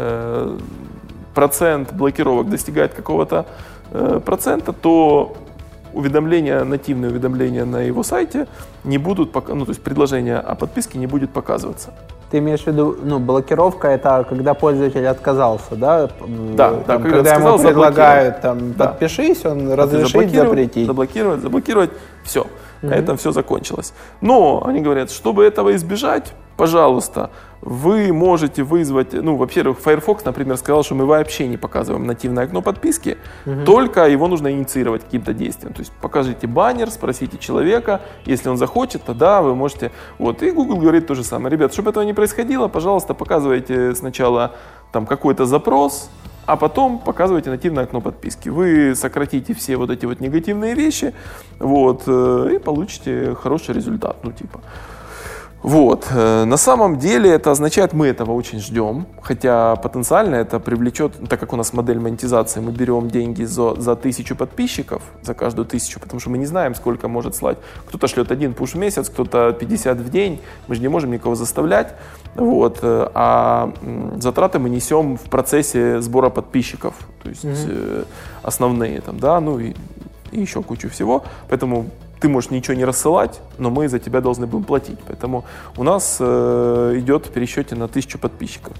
процент блокировок достигает какого-то процента, то нативные уведомления на его сайте не будут, то есть предложение о подписке не будет показываться. Ты имеешь в виду, блокировка — это когда пользователь отказался, да? Да, когда ему предлагают подпишись, он разрешит запретить. Заблокировать, все. На этом все закончилось. Но они говорят, чтобы этого избежать, пожалуйста, вы можете вызвать, во-первых, Firefox, например, сказал, что мы вообще не показываем нативное окно подписки, только его нужно инициировать каким-то действием. То есть покажите баннер, спросите человека, если он захочет, тогда вы можете. Вот. И Google говорит то же самое: ребят, чтобы этого не происходило, пожалуйста, показывайте сначала там какой-то запрос, а потом показывайте нативное окно подписки. Вы сократите все вот эти вот негативные вещи, вот, и получите хороший результат, Вот. На самом деле это означает, мы этого очень ждем, хотя потенциально это привлечет, так как у нас модель монетизации, мы берем деньги за 1000 подписчиков, за каждую 1000, потому что мы не знаем, сколько может слать. Кто-то шлет 1 пуш в месяц, кто-то 50 в день, мы же не можем никого заставлять, вот. А затраты мы несем в процессе сбора подписчиков, то есть основные там, да, и еще кучу всего, поэтому ты можешь ничего не рассылать, но мы за тебя должны будем платить. Поэтому у нас идет в пересчете на 1000 подписчиков.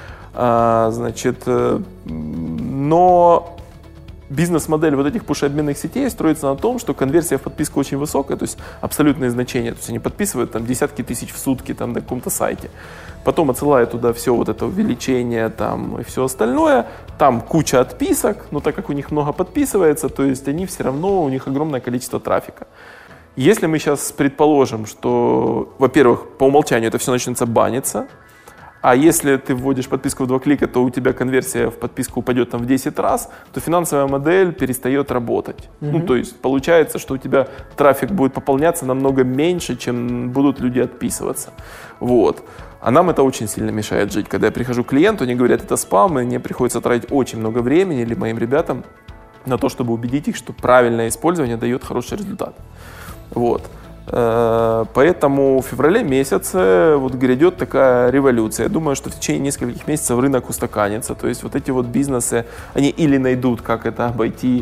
Но бизнес-модель вот этих пуш-обменных сетей строится на том, что конверсия в подписку очень высокая, то есть абсолютные значения. То есть они подписывают там десятки тысяч в сутки там, на каком-то сайте. Потом отсылают туда все вот это увеличение там, и все остальное. Там куча отписок, но так как у них много подписывается, то есть они все равно, у них огромное количество трафика. Если мы сейчас предположим, что, во-первых, по умолчанию это все начнется баниться, а если ты вводишь подписку в 2 клика, то у тебя конверсия в подписку упадет там в 10 раз, то финансовая модель перестает работать. То есть получается, что у тебя трафик будет пополняться намного меньше, чем будут люди отписываться. Вот. А нам это очень сильно мешает жить. Когда я прихожу к клиенту, они говорят, это спам, и мне приходится тратить очень много времени, или моим ребятам, на то, чтобы убедить их, что правильное использование дает хороший результат. Вот. Поэтому в феврале месяце вот грядет такая революция. Я думаю, что в течение нескольких месяцев рынок устаканится. То есть вот эти вот бизнесы, они или найдут, как это обойти,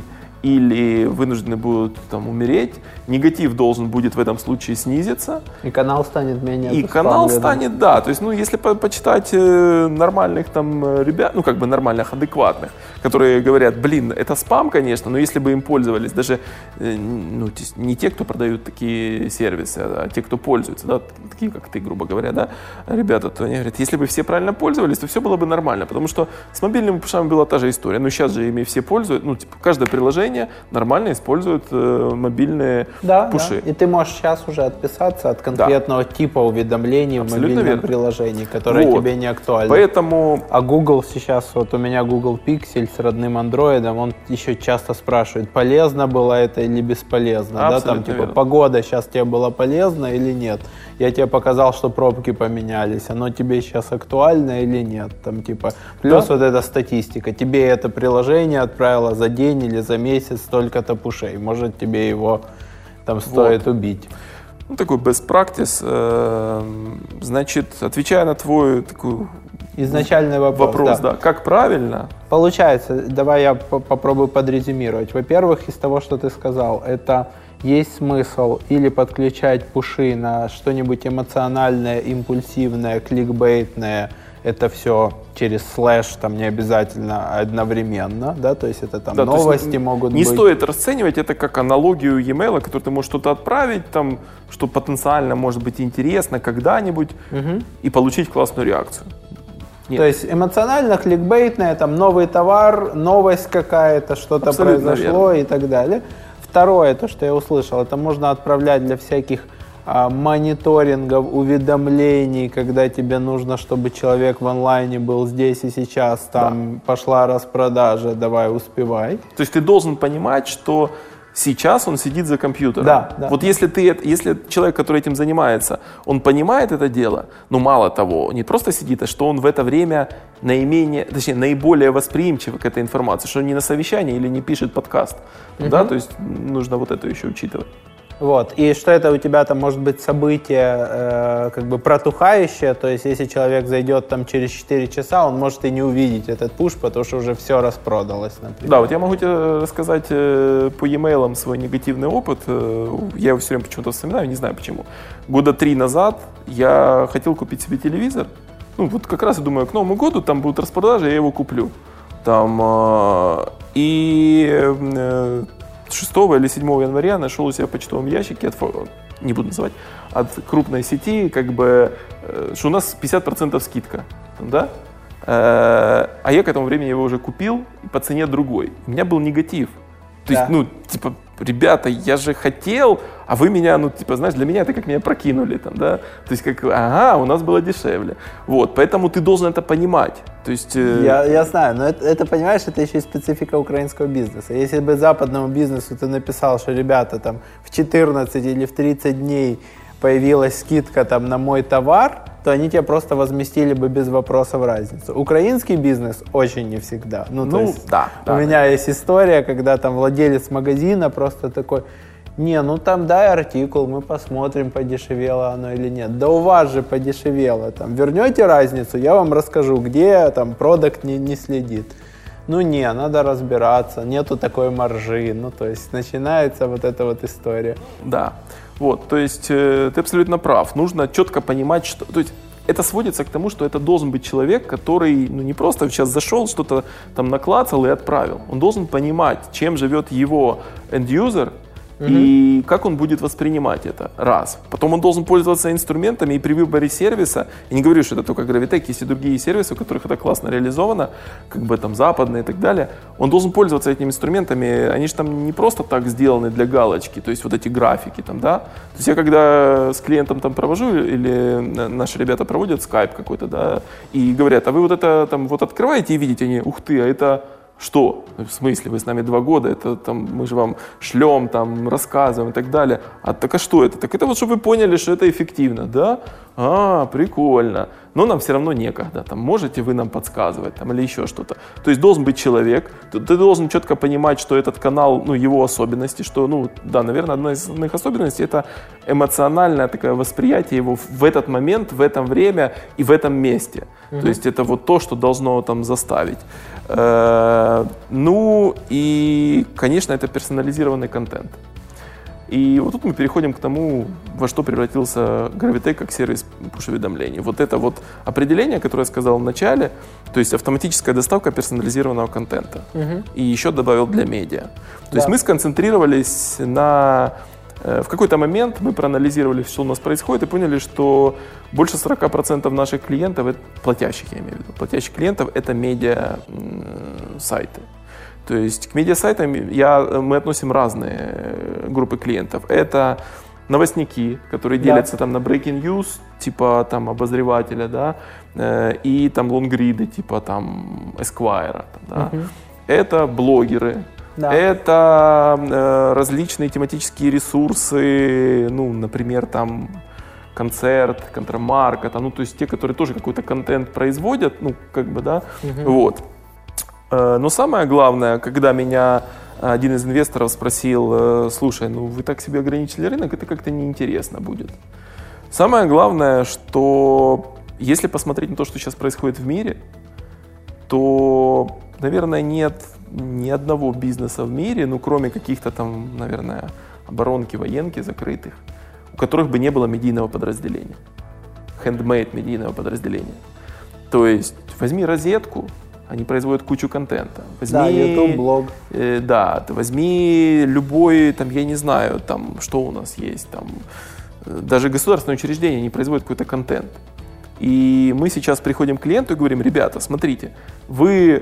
или вынуждены будут там умереть, негатив должен будет в этом случае снизиться. И канал станет менее И канал станет, да, то есть, ну, если почитать нормальных там ребят, ну, как бы нормальных, адекватных, которые говорят, блин, это спам, конечно, но если бы им пользовались, даже, ну, не те, кто продают такие сервисы, а те, кто пользуется, да, такие, как ты, грубо говоря, да, ребята, то они говорят, если бы все правильно пользовались, то все было бы нормально, потому что с мобильными пушами была та же история, но сейчас же ими все пользуют, ну, типа, каждое приложение нормально используют мобильные пуши. Да. И ты можешь сейчас уже отписаться от конкретного типа уведомлений абсолютно в мобильном верно. приложении, которое тебе не актуально. Поэтому... А Google сейчас, вот у меня Google Pixel с родным андроидом, он еще часто спрашивает, полезно было это или бесполезно. Абсолютно да, там типа верно. погода сейчас тебе была полезна или нет. Я тебе показал, что пробки поменялись, оно тебе сейчас актуально или нет. Там типа плюс вот эта статистика. Тебе это приложение отправило за день или за месяц столько-то пушей. Может, тебе его там стоит убить. Ну, такой best practice. Значит, отвечая на твой такой изначальный вопрос, да. Как правильно? Получается, давай я попробую подрезюмировать. Во-первых, из того, что ты сказал, это есть смысл или подключать пуши на что-нибудь эмоциональное, импульсивное, кликбейтное, это все через слэш, там не обязательно одновременно, да, то есть это там да, новости могут быть. Не стоит расценивать это как аналогию e-mail, который ты можешь что-то отправить, там, что потенциально может быть интересно когда-нибудь, и получить классную реакцию. Нет. То есть эмоционально, кликбейтное, там новый товар, новость какая-то, что-то абсолютно произошло верно. И так далее. Второе, то, что я услышал, это можно отправлять для всяких мониторингов, уведомлений, когда тебе нужно, чтобы человек в онлайне был здесь и сейчас, там пошла распродажа, давай успевай. То есть ты должен понимать, что сейчас он сидит за компьютером. Да. Вот если человек, который этим занимается, он понимает это дело, но мало того, не просто сидит, а что он в это время наиболее восприимчив к этой информации, что он не на совещании или не пишет подкаст. Да, то есть нужно вот это еще учитывать. Вот. И что это у тебя там может быть событие как бы протухающее, то есть если человек зайдет там через 4 часа, он может и не увидеть этот пуш, потому что уже все распродалось, например. Да, вот я могу тебе рассказать по e-mail свой негативный опыт. Я его все время почему-то вспоминаю, не знаю почему. 3 года назад я хотел купить себе телевизор. Ну, вот как раз я думаю, к Новому году там будут распродажи, я его куплю. Там, и 6 или 7 января нашел у себя в почтовом ящике, не буду называть, от крупной сети, как бы, что у нас 50% скидка, да? А я к этому времени его уже купил по цене другой. У меня был негатив. То есть, ну, типа, ребята, я же хотел, а вы меня, ну, типа, знаешь, для меня это как меня прокинули, там, да? То есть, как, ага, у нас было дешевле. Вот, поэтому ты должен это понимать. То есть... Я знаю, но это, понимаешь, это еще и специфика украинского бизнеса. Если бы западному бизнесу ты написал, что, ребята, там, в 14 или в 30 дней появилась скидка там на мой товар, то они тебе просто возместили бы без вопросов разницу. Украинский бизнес очень не всегда. Ну, то есть у меня есть история, когда там владелец магазина просто такой: не, ну там дай артикул, мы посмотрим, подешевело оно или нет. Да у вас же подешевело. Там, вернете разницу, я вам расскажу, где там продакт не следит. Ну не, надо разбираться, нету такой маржи. Ну то есть начинается вот эта вот история. Да, вот, то есть ты абсолютно прав. Нужно четко понимать, что... То есть это сводится к тому, что это должен быть человек, который, ну, не просто сейчас зашел, что-то там наклацал и отправил. Он должен понимать, чем живет его end-user, и как он будет воспринимать это, раз. Потом он должен пользоваться инструментами, и при выборе сервиса, я не говорю, что это только Gravitech, есть и другие сервисы, у которых это классно реализовано, как бы там западные и так далее, он должен пользоваться этими инструментами, они же там не просто так сделаны для галочки, то есть вот эти графики там, да. То есть я когда с клиентом там провожу, или наши ребята проводят скайп какой-то, да, и говорят, а вы вот это там вот открываете и видите, они, ух ты, а это... Что? В смысле? Вы с нами 2 года, это там мы же вам шлем, там рассказываем и так далее. А так а что это? Так это вот, чтобы вы поняли, что это эффективно, да? А, прикольно. но нам все равно некогда, там, можете вы нам подсказывать, там, или еще что-то. То есть должен быть человек, ты должен четко понимать, что этот канал, ну, его особенности, что, ну, да, наверное, одна из основных особенностей — это эмоциональное такое восприятие его в этот момент, в это время и в этом месте. То есть это вот то, что должно там заставить. Ну, и, конечно, это персонализированный контент. И вот тут мы переходим к тому, во что превратился Gravitech как сервис push-уведомлений. Вот это вот определение, которое я сказал в начале, то есть автоматическая доставка персонализированного контента. И еще добавил для медиа. То есть мы сконцентрировались на... В какой-то момент мы проанализировали, что у нас происходит, и поняли, что больше 40% наших клиентов, платящих, я имею в виду, платящих клиентов, это медиа-сайты. То есть к медиасайтам мы относим разные группы клиентов. Это новостники, которые делятся там на breaking news, типа там обозревателя, да, и там лонгриды, типа там Esquire, да. Это блогеры. Это различные тематические ресурсы, ну, например, там концерт, контрамаркет, ну, то есть те, которые тоже какой-то контент производят, ну, как бы, да, вот. Но самое главное, когда меня один из инвесторов спросил, слушай, ну, вы так себе ограничили рынок, это как-то неинтересно будет. Самое главное, что если посмотреть на то, что сейчас происходит в мире, то, наверное, нет ни одного бизнеса в мире, ну, кроме каких-то там, наверное, оборонки, военки закрытых, у которых бы не было медийного подразделения, handmade медийного подразделения. То есть возьми розетку, они производят кучу контента. Возьми, YouTube, блог. Да, ты возьми любой, там, я не знаю, там, что у нас есть, там, даже государственные учреждения, они производят какой-то контент. И мы сейчас приходим к клиенту и говорим, ребята, смотрите, вы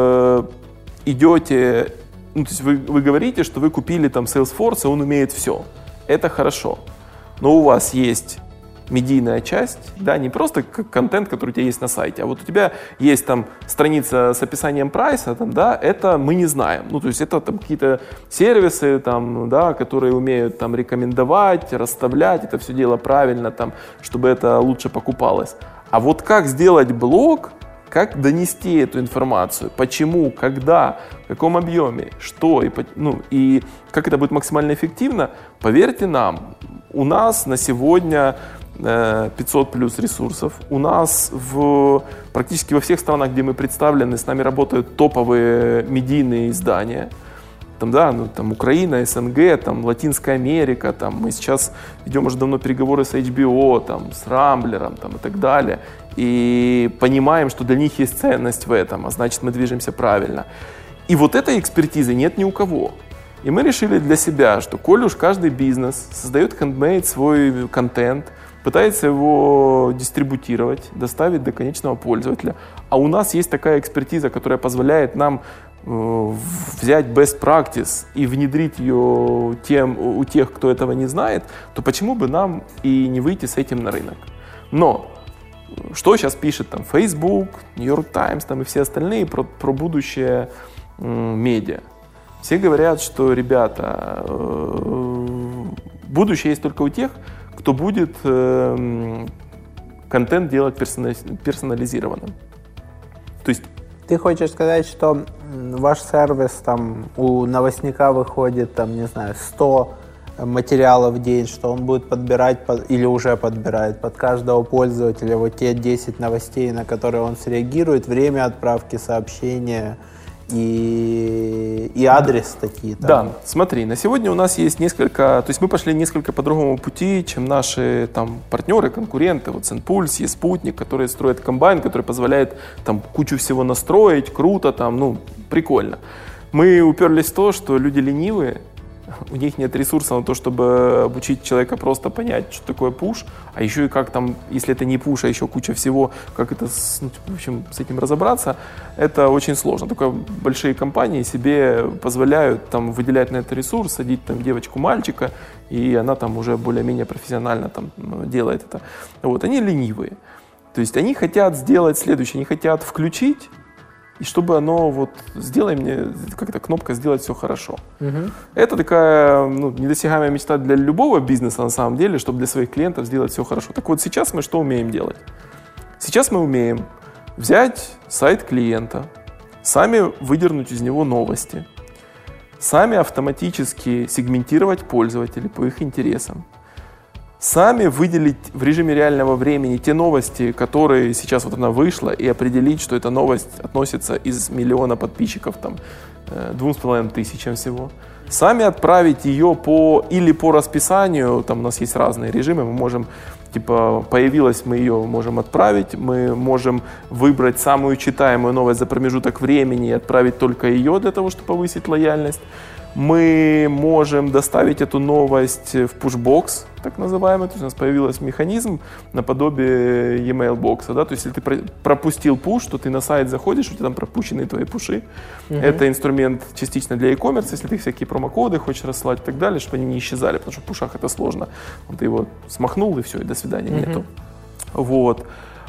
идете, ну, то есть вы говорите, что вы купили там Salesforce, и он умеет все. Это хорошо. Но у вас есть медийная часть, да, не просто как контент, который у тебя есть на сайте, а вот у тебя есть там страница с описанием прайса, там, да, это мы не знаем. Ну, то есть это там какие-то сервисы, там, да, которые умеют там рекомендовать, расставлять это все дело правильно, там, чтобы это лучше покупалось. А вот как сделать блог, как донести эту информацию, почему, когда, в каком объеме, что, и как это будет максимально эффективно, поверьте нам, у нас на сегодня 500 плюс ресурсов. У нас практически во всех странах, где мы представлены, с нами работают топовые медийные издания. Там, да, ну, там Украина, СНГ, там, Латинская Америка, там, мы сейчас ведем уже давно переговоры с HBO, там, с Рамблером там, и так далее. И понимаем, что для них есть ценность в этом, а значит мы движемся правильно. И вот этой экспертизы нет ни у кого. И мы решили для себя, что коль уж каждый бизнес создает handmade свой контент, пытается его дистрибутировать, доставить до конечного пользователя. А у нас есть такая экспертиза, которая позволяет нам взять best practice и внедрить ее у тех, кто этого не знает, то почему бы нам и не выйти с этим на рынок? Но что сейчас пишет там Facebook, New York Times там, и все остальные про будущее медиа? Все говорят, что, ребята, будущее есть только у тех, кто будет контент делать персонализированным. То есть ты хочешь сказать, что ваш сервис, там, у новостника выходит, там, не знаю, 100 материалов в день, что он будет подбирать или уже подбирает под каждого пользователя вот те 10 новостей, на которые он среагирует, время отправки сообщения и адрес статьи. Там. Да, смотри, на сегодня у нас есть несколько, то есть мы пошли несколько по другому пути, чем наши там партнеры, конкуренты, вот Сенпульс, Еспутник, которые строят комбайн, который позволяет там кучу всего настроить, круто, там, ну, прикольно. Мы уперлись в то, что люди ленивые, у них нет ресурса на то, чтобы обучить человека просто понять, что такое пуш, а еще и как там, если это не пуш, а еще куча всего, как это, ну, в общем, с этим разобраться, это очень сложно. Только большие компании себе позволяют там выделять на это ресурс, садить там девочку-мальчика, и она там уже более-менее профессионально там делает это. Вот, они ленивые. То есть они хотят сделать следующее, они хотят включить, и чтобы оно вот, сделай мне, как-то кнопка «Сделать все хорошо». Это такая, ну, недосягаемая мечта для любого бизнеса на самом деле, чтобы для своих клиентов сделать все хорошо. Так вот сейчас мы что умеем делать? Сейчас мы умеем взять сайт клиента, сами выдернуть из него новости, сами автоматически сегментировать пользователей по их интересам, сами выделить в режиме реального времени те новости, которые сейчас вот она вышла, и определить, что эта новость относится из 1 миллиона подписчиков, там, 2,5 тысячам всего. Сами отправить ее или по расписанию, там у нас есть разные режимы, мы можем, появилась, мы ее можем отправить, мы можем выбрать самую читаемую новость за промежуток времени и отправить только ее для того, чтобы повысить лояльность. Мы можем доставить эту новость в pushbox, так называемый, то есть у нас появился механизм наподобие e-mail бокса, да, то есть если ты пропустил пуш, то ты на сайт заходишь, у тебя там пропущенные твои пуши. Это инструмент частично для e-commerce, если ты всякие промокоды хочешь рассылать и так далее, чтобы они не исчезали, потому что в пушах это сложно. Ты его смахнул и все, и до свидания, нету. Вот.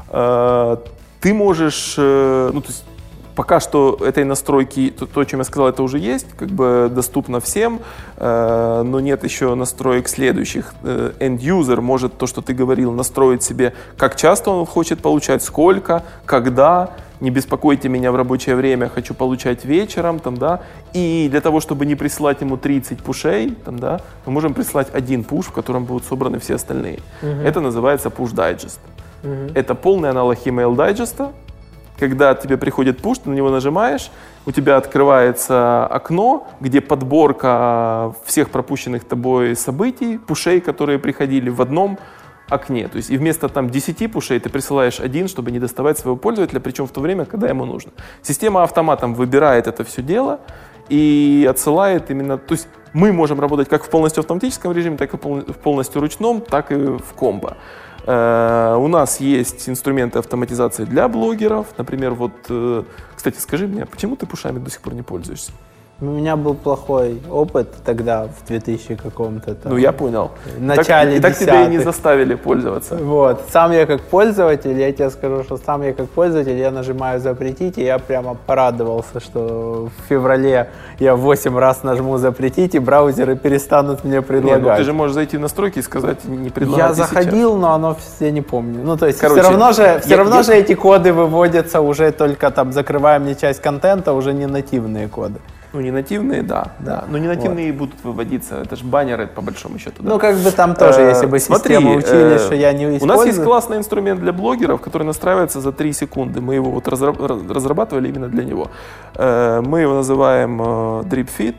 Ты можешь, пока что этой настройки, то, о чем я сказал, это уже есть, доступно всем, но нет еще настроек следующих. End-user может то, что ты говорил, настроить себе, как часто он хочет получать, сколько, когда, не беспокойте меня в рабочее время, хочу получать вечером, и для того, чтобы не присылать ему 30 пушей, мы можем прислать один пуш, в котором будут собраны все остальные. Это называется push digest. Это полный аналог email дайджеста. Когда тебе приходит пуш, ты на него нажимаешь, у тебя открывается окно, где подборка всех пропущенных тобой событий, пушей, которые приходили в одном окне. То есть и вместо 10 пушей ты присылаешь один, чтобы не доставать своего пользователя, причем в то время, когда ему нужно. Система автоматом выбирает это все дело и отсылает именно... То есть мы можем работать как в полностью автоматическом режиме, так и в полностью ручном, так и в комбо. У нас есть инструменты автоматизации для блогеров. Например, кстати, скажи мне, почему ты пушами до сих пор не пользуешься? У меня был плохой опыт тогда, в 2000 каком-то там. Я понял. Начале так тебя и не заставили пользоваться. Сам я как пользователь, я тебе скажу, что я нажимаю запретить, и я прямо порадовался, что в феврале я 8 раз нажму запретить, и браузеры перестанут мне предлагать. Ты же можешь зайти в настройки и сказать, не предлагайте. Я заходил, сейчас. Но оно я не помню. То есть все равно же эти коды выводятся уже только закрывая мне часть контента, уже не нативные коды. Не нативные, да. Но не нативные будут выводиться. Это же баннеры, по большому счету. Да. Там тоже, если бы систему учили, что я не использую. У нас есть классный инструмент для блогеров, который настраивается за 3 секунды. Мы его разрабатывали именно для него. Мы его называем DripFeed.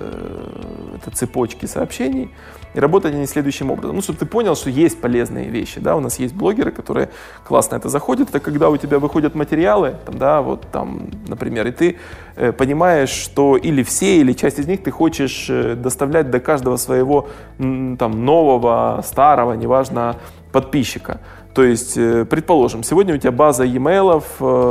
Это цепочки сообщений. И работают они следующим образом. Чтобы ты понял, что есть полезные вещи. Да? У нас есть блогеры, которые классно это заходят. Это когда у тебя выходят материалы, например, и ты понимаешь, что или все, или часть из них ты хочешь доставлять до каждого своего нового, старого, неважно, подписчика. То есть, предположим, сегодня у тебя база e-mail'ов,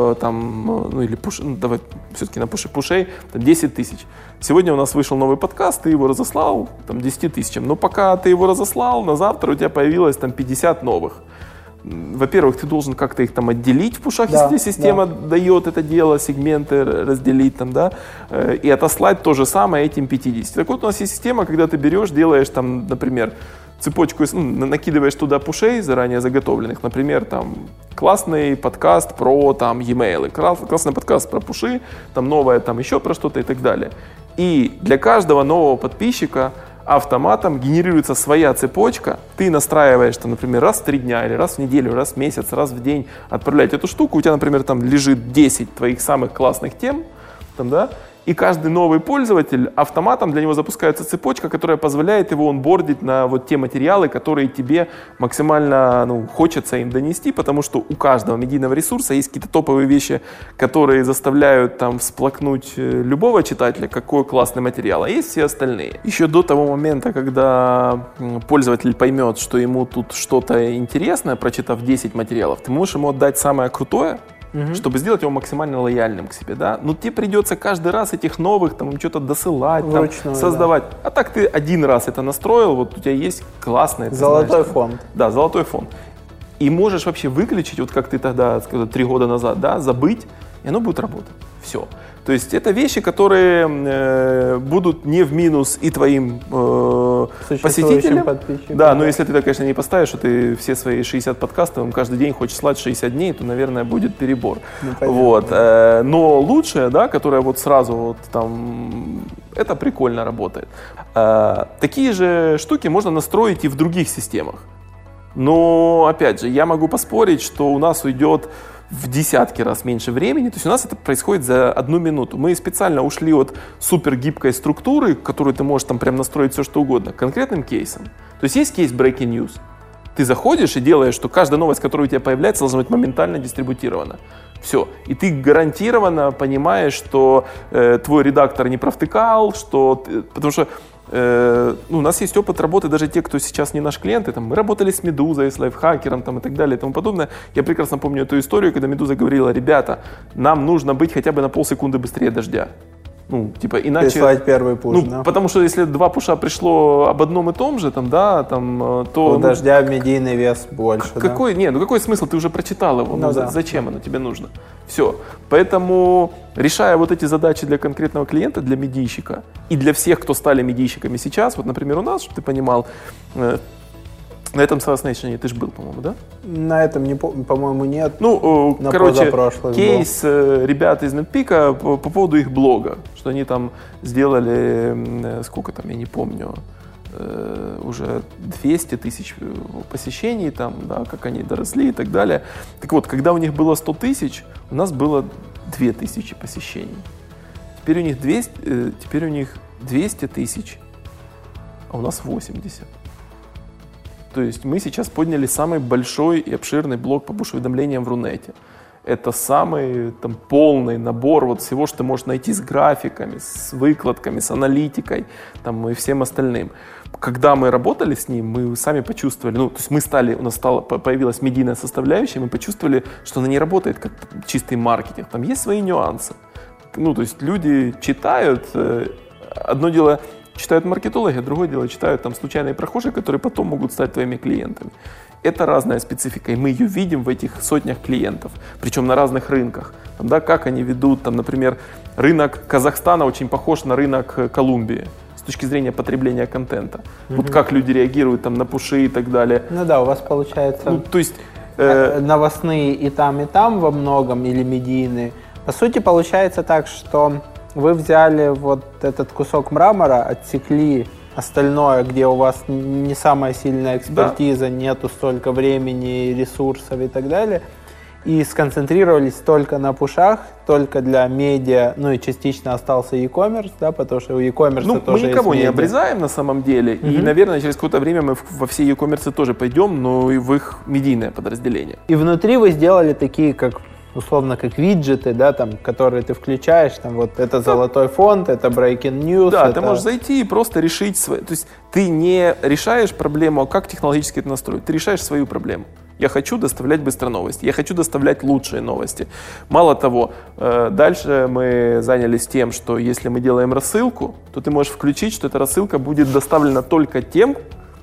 или давай все-таки на пушей, 10 тысяч. Сегодня у нас вышел новый подкаст, ты его разослал 10 тысячам. Но пока ты его разослал, на завтра у тебя появилось 50 новых. Во-первых, ты должен как-то их отделить в пушах, если система дает это дело, сегменты разделить, и отослать то же самое этим 50. Так вот, у нас есть система, когда ты берешь, делаешь, например, цепочку, накидываешь туда пушей заранее заготовленных, например, классный подкаст про e-mail, классный подкаст про пуши, новое еще про что-то и так далее. И для каждого нового подписчика автоматом генерируется своя цепочка, ты настраиваешь, например, раз в 3 дня, или раз в неделю, раз в месяц, раз в день отправлять эту штуку, у тебя, например, лежит 10 твоих самых классных тем, и каждый новый пользователь автоматом для него запускается цепочка, которая позволяет его онбордить на те материалы, которые тебе максимально хочется им донести, потому что у каждого медийного ресурса есть какие-то топовые вещи, которые заставляют всплакнуть любого читателя, какой классный материал, а есть все остальные. Еще до того момента, когда пользователь поймет, что ему тут что-то интересное, прочитав 10 материалов, ты можешь ему отдать самое крутое, чтобы сделать его максимально лояльным к себе, да? Но тебе придется каждый раз этих новых что-то досылать, создавать. Да. А так ты один раз это настроил, у тебя есть классный... Золотой фонд. Да, золотой фонд. И можешь вообще выключить, как ты тогда, 3 года назад, забыть, и оно будет работать. Все. То есть это вещи, которые будут не в минус и твоим существующим подписчикам. Да, но если ты, конечно, не поставишь, что ты все свои 60 подкастов им каждый день хочешь слать 60 дней, то, наверное, будет перебор. Вот. Но лучшее, да, которое вот сразу вот там, это прикольно работает. Такие же штуки можно настроить и в других системах. Но, опять же, я могу поспорить, что у нас уйдет в десятки раз меньше времени. То есть у нас это происходит за 1 минуту. Мы специально ушли от супер гибкой структуры, которую ты можешь там прям настроить все, что угодно, к конкретным кейсам. То есть есть кейс Breaking News. Ты заходишь и делаешь, что каждая новость, которая у тебя появляется, должна быть моментально дистрибутирована. Все. И ты гарантированно понимаешь, что твой редактор не провтыкал, что потому что у нас есть опыт работы, даже те, кто сейчас не наш клиент, и, там, мы работали с Медузой, с Лайфхакером там, и так далее и тому подобное. Я прекрасно помню эту историю, когда Медуза говорила: ребята, нам нужно быть хотя бы на полсекунды быстрее дождя. Ну, типа, иначе... Прислать первый пуш, да? Потому что если 2 пуша пришло об одном и том же, там, да, там, то... У дождя медийный вес больше, какой, да? Не, какой смысл? Ты уже прочитал его, да. Зачем оно тебе нужно? Все. Поэтому, решая вот эти задачи для конкретного клиента, для медийщика, и для всех, кто стали медийщиками сейчас, вот, например, у нас, чтобы ты понимал, на этом SaaS Nation ты же был, по-моему, да? На этом, по-моему, нет. Ну, короче, кейс ребят из NetPeak по поводу их блога, что они там сделали, сколько там, я не помню, уже 200 тысяч посещений, там, да, как они доросли и так далее. Так вот, когда у них было 100 тысяч, у нас было 2000 посещений. Теперь у них 200 тысяч, а у нас 80. То есть мы сейчас подняли самый большой и обширный блок по пуш-уведомлениям в Рунете. Это самый там, полный набор вот всего, что ты можешь найти с графиками, с выкладками, с аналитикой там, и всем остальным. Когда мы работали с ним, мы сами почувствовали, то есть у нас появилась медийная составляющая, мы почувствовали, что она не работает как чистый маркетинг. Там есть свои нюансы. То есть люди читают, одно дело читают маркетологи, а другое дело читают там случайные прохожие, которые потом могут стать твоими клиентами. Это разная специфика, и мы ее видим в этих сотнях клиентов, причем на разных рынках. Там, да, как они ведут, там, например, рынок Казахстана очень похож на рынок Колумбии с точки зрения потребления контента. Вот как люди реагируют там, на пуши и так далее. Ну да, у вас получается то есть, новостные и там во многом, или медийные. По сути, получается так, что вы взяли вот этот кусок мрамора, отсекли остальное, где у вас не самая сильная экспертиза, нету столько времени, ресурсов и так далее, и сконцентрировались только на пушах, только для медиа, и частично остался e-commerce, да, потому что у e-commerce тоже есть мы никого медиа. Не обрезаем на самом деле, и, наверное, через какое-то время мы во все e-commerce тоже пойдем, но и в их медийное подразделение. И внутри вы сделали такие, условно, как виджеты, да, там, которые ты включаешь, там, вот это золотой фонд, это breaking news. Да, это... ты можешь зайти и просто решить то есть ты не решаешь проблему, а как технологически это настроить, ты решаешь свою проблему. Я хочу доставлять быстро новости, я хочу доставлять лучшие новости. Мало того, дальше мы занялись тем, что если мы делаем рассылку, то ты можешь включить, что эта рассылка будет доставлена только тем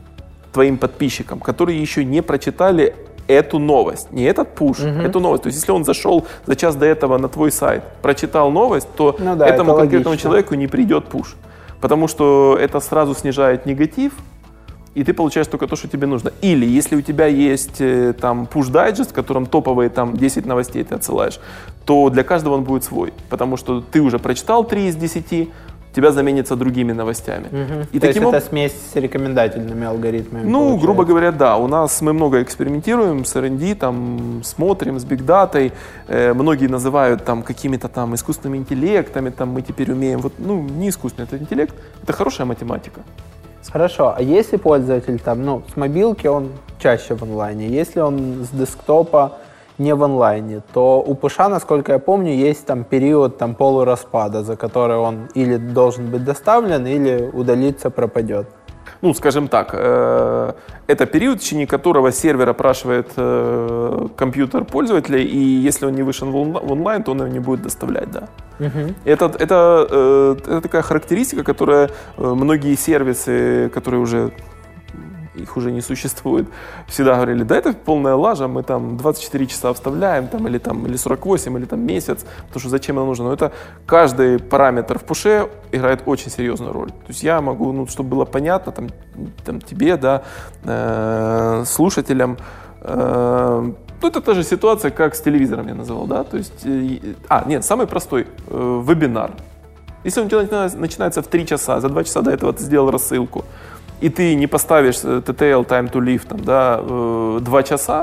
твоим подписчикам, которые еще не прочитали эту новость, не этот пуш, эту новость. То есть, если он зашел за час до этого на твой сайт, прочитал новость, то этому конкретному человеку не придет пуш. Потому что это сразу снижает негатив, и ты получаешь только то, что тебе нужно. Или, если у тебя есть там пуш-дайджест, в котором топовые там 10 новостей ты отсылаешь, то для каждого он будет свой. Потому что ты уже прочитал 3 из 10, тебя заменится другими новостями. И то есть это смесь с рекомендательными алгоритмами? Грубо говоря, да. Мы много экспериментируем с R&D, там, смотрим с бигдатой. Многие называют там, какими-то там искусственными интеллектами, там, мы теперь умеем. Не искусственный это интеллект, это хорошая математика. Хорошо, а если пользователь там, с мобилки он чаще в онлайне, если он с десктопа не в онлайне, то у пуша, насколько я помню, есть там период там, полураспада, за который он или должен быть доставлен, или удалиться, пропадет. Скажем так, это период, в течение которого сервер опрашивает компьютер пользователя, и если он не вышел в онлайн, то он его не будет доставлять, да. Это такая характеристика, которая многие сервисы, которые уже их уже не существует, всегда говорили, да это полная лажа, мы там 24 часа вставляем, там, или 48, или там месяц, потому что зачем оно нужно? Но это каждый параметр в пуше играет очень серьезную роль. То есть я могу, ну, чтобы было понятно, там тебе, да, слушателям, ну, это та же ситуация, как с телевизором я называл, да, то есть, нет, самый простой, вебинар. Если он у тебя начинается в 3 часа, за 2 часа до этого ты сделал рассылку, и ты не поставишь TTL, time to leave, там, да, 2 часа,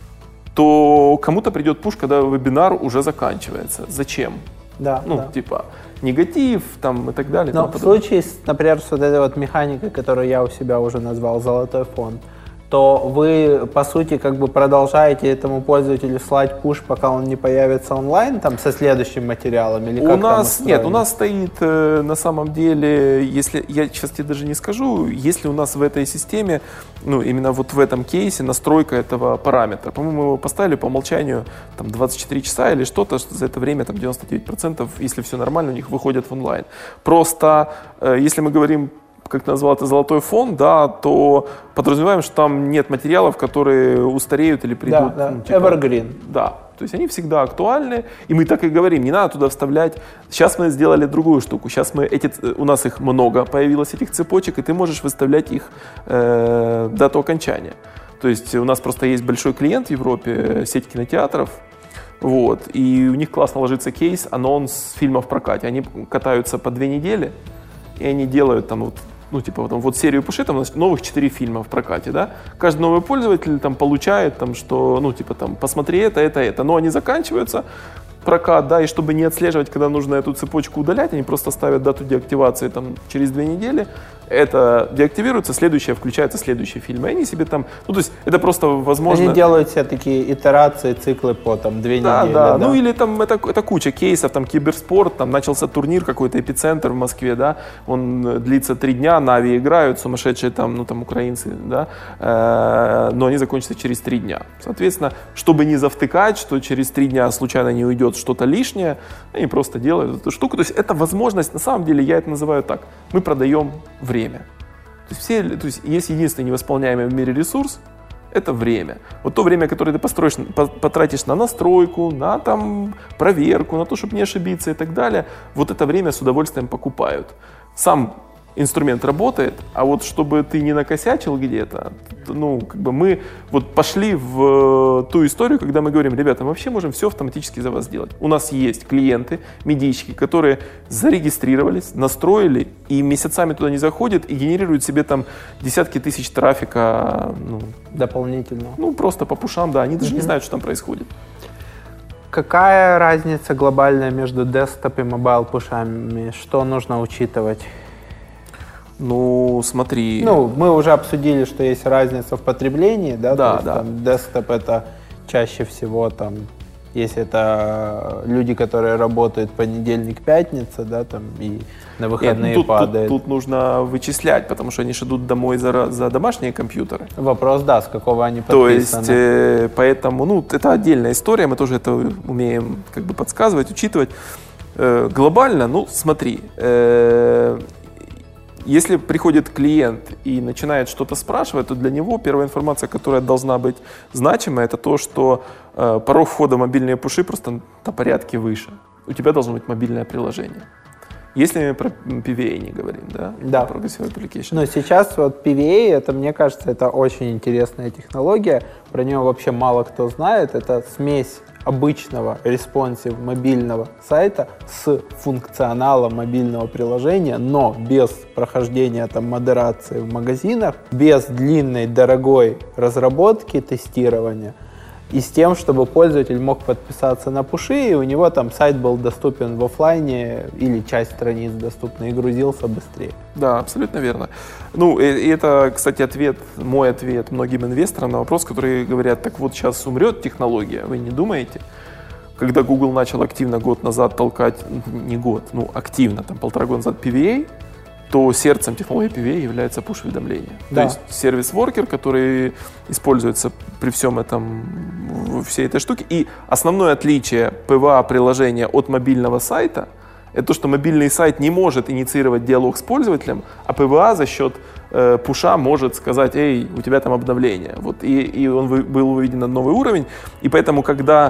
то кому-то придет пуш, когда вебинар уже заканчивается. Зачем? Да, ну, да. Типа, негатив там, и так далее. Но в случае, например, с вот этой вот механикой, которую я у себя уже назвал «золотой фон», то вы, по сути, как бы продолжаете этому пользователю слать пуш, пока он не появится онлайн, там, со следующим материалом, или как у нас, там нет, у нас стоит, на самом деле, если, я сейчас тебе даже не скажу, если у нас в этой системе, ну, именно вот в этом кейсе настройка этого параметра, по-моему, мы его поставили по умолчанию, там, 24 часа или что-то, что за это время, там, 99%, если все нормально, у них выходят в онлайн. Просто, если мы говорим, как ты назвал это, золотой фон, да, то подразумеваем, что там нет материалов, которые устареют или придут. Да, ну, типа, evergreen. Да, то есть они всегда актуальны, и мы так и говорим, не надо туда вставлять. Сейчас мы сделали другую штуку, сейчас у нас их много появилось, этих цепочек, и ты можешь выставлять их дату окончания. То есть у нас просто есть большой клиент в Европе, сеть кинотеатров, вот, и у них классно ложится кейс, анонс фильмов в прокате. Они катаются по 2 недели, и они делают там вот, ну, типа, вот серию пушей, там, новых 4 фильма в прокате, да. Каждый новый пользователь там получает, там, что, ну, типа, там, посмотри это. Но они заканчиваются, прокат, да, и чтобы не отслеживать, когда нужно эту цепочку удалять, они просто ставят дату деактивации там через 2 недели, это деактивируется, следующее включается следующий фильм, и они себе там, ну, то есть это просто возможно... Они делают все такие итерации, циклы по там 2 недели. Да, ну или там это куча кейсов, там киберспорт, там начался турнир какой-то, эпицентр в Москве, да, он длится 3 дня, Нави играют, сумасшедшие там, ну там украинцы, да, но они закончатся через 3 дня. Соответственно, чтобы не завтыкать, что через 3 дня случайно не уйдет что-то лишнее, они просто делают эту штуку. То есть это возможность, на самом деле я это называю так, мы продаем время. То есть есть единственный невосполняемый в мире ресурс, это время. Вот то время, которое ты потратишь на настройку, на там проверку, на то, чтобы не ошибиться и так далее, вот это время с удовольствием покупают. Сам инструмент работает, а вот чтобы ты не накосячил где-то, ну, как бы мы вот пошли в ту историю, когда мы говорим, ребята, мы вообще можем все автоматически за вас сделать. У нас есть клиенты, медийщики, которые зарегистрировались, настроили и месяцами туда не заходят и генерируют себе там десятки тысяч трафика. Ну, дополнительно. Ну, просто по пушам, да, они даже не знают, что там происходит. Какая разница глобальная между десктоп и мобайл пушами? Что нужно учитывать? Ну, смотри. Ну, мы уже обсудили, что есть разница в потреблении, да? Да, то есть, да. Там, десктоп это чаще всего там, если это люди, которые работают понедельник-пятница, да, там и на выходные падает. Тут нужно вычислять, потому что они же идут домой за домашние компьютеры. Вопрос, да, с какого они подписаны. подписаны. То есть, поэтому, ну, это отдельная история, мы тоже это умеем как бы подсказывать, учитывать. Глобально, ну, смотри, если приходит клиент и начинает что-то спрашивать, то для него первая информация, которая должна быть значимой, это то, что порог входа в мобильные пуши просто на порядке выше. У тебя должно быть мобильное приложение. Если мы про PVA не говорим, да? Да. Progressive Application. Но сейчас вот PVA, это, мне кажется, это очень интересная технология. Про нее вообще мало кто знает. Это смесь обычного responsive мобильного сайта с функционалом мобильного приложения, но без прохождения там модерации в магазинах, без длинной, дорогой разработки, тестирования, и с тем, чтобы пользователь мог подписаться на пуши, и у него там сайт был доступен в офлайне или часть страниц доступна и грузился быстрее. Да, абсолютно верно. Ну, и это, кстати, мой ответ многим инвесторам на вопрос, которые говорят, так вот сейчас умрет технология, вы не думаете? Когда Google начал активно год назад толкать, не год, ну активно, там 1,5 года назад PVA, то сердцем технологии PVA является push-уведомление. Да. То есть сервис-воркер, который используется при всем этом, всей этой штуке. И основное отличие PWA-приложения от мобильного сайта – это то, что мобильный сайт не может инициировать диалог с пользователем, а ПВА за счет пуша может сказать: эй, у тебя там обновление. Вот, и он был выведен на новый уровень. И поэтому, когда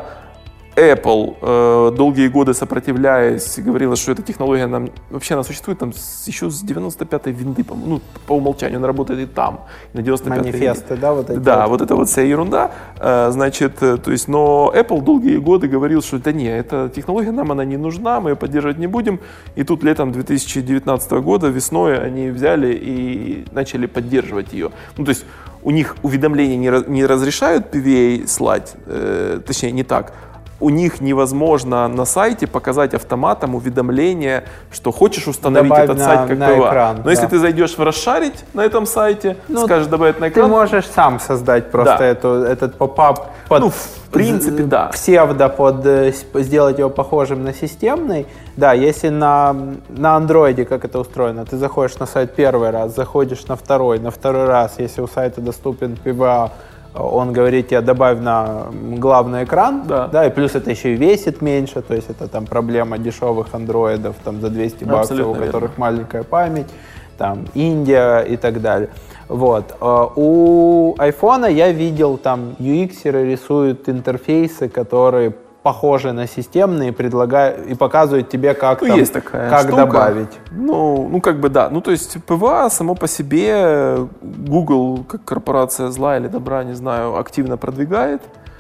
Apple, долгие годы сопротивляясь, говорила, что эта технология она существует там еще с 95-й винды, по умолчанию, она работает и там, на 95-й манифесты, винде. да, вот эти? Да, вот это вот вся ерунда. Значит, то есть, но Apple долгие годы говорил, что да не, эта технология нам она не нужна, мы ее поддерживать не будем. И тут летом 2019 года, весной, они взяли и начали поддерживать ее. Ну, то есть, у них уведомления не разрешают PVA слать, точнее, не так. У них невозможно на сайте показать автоматом уведомление, что хочешь установить добавь этот сайт как на ПВА. экран. Но если ты зайдешь в расшарить на этом сайте, скажешь добавить на экран. Ты можешь сам создать просто этот поп-ап под, в принципе, да. Псевдо сделать его похожим на системный. Да, если на андроиде как это устроено, ты заходишь на сайт первый раз, заходишь на второй раз, если у сайта доступен PVA, он говорит тебе: добавь на главный экран, да, и плюс это еще и весит меньше, то есть это там проблема дешевых андроидов там за 200 баксов, абсолютно у которых верно. маленькая память, там Индия и так далее. Вот. У айфона я видел, там UX-еры рисуют интерфейсы, которые похожи на системные, предлагают и показывают тебе, как, там, есть такая как штука. добавить. Ну, как бы да. Ну, то есть ПВА само по себе Google, как корпорация зла или добра, не знаю, активно продвигает.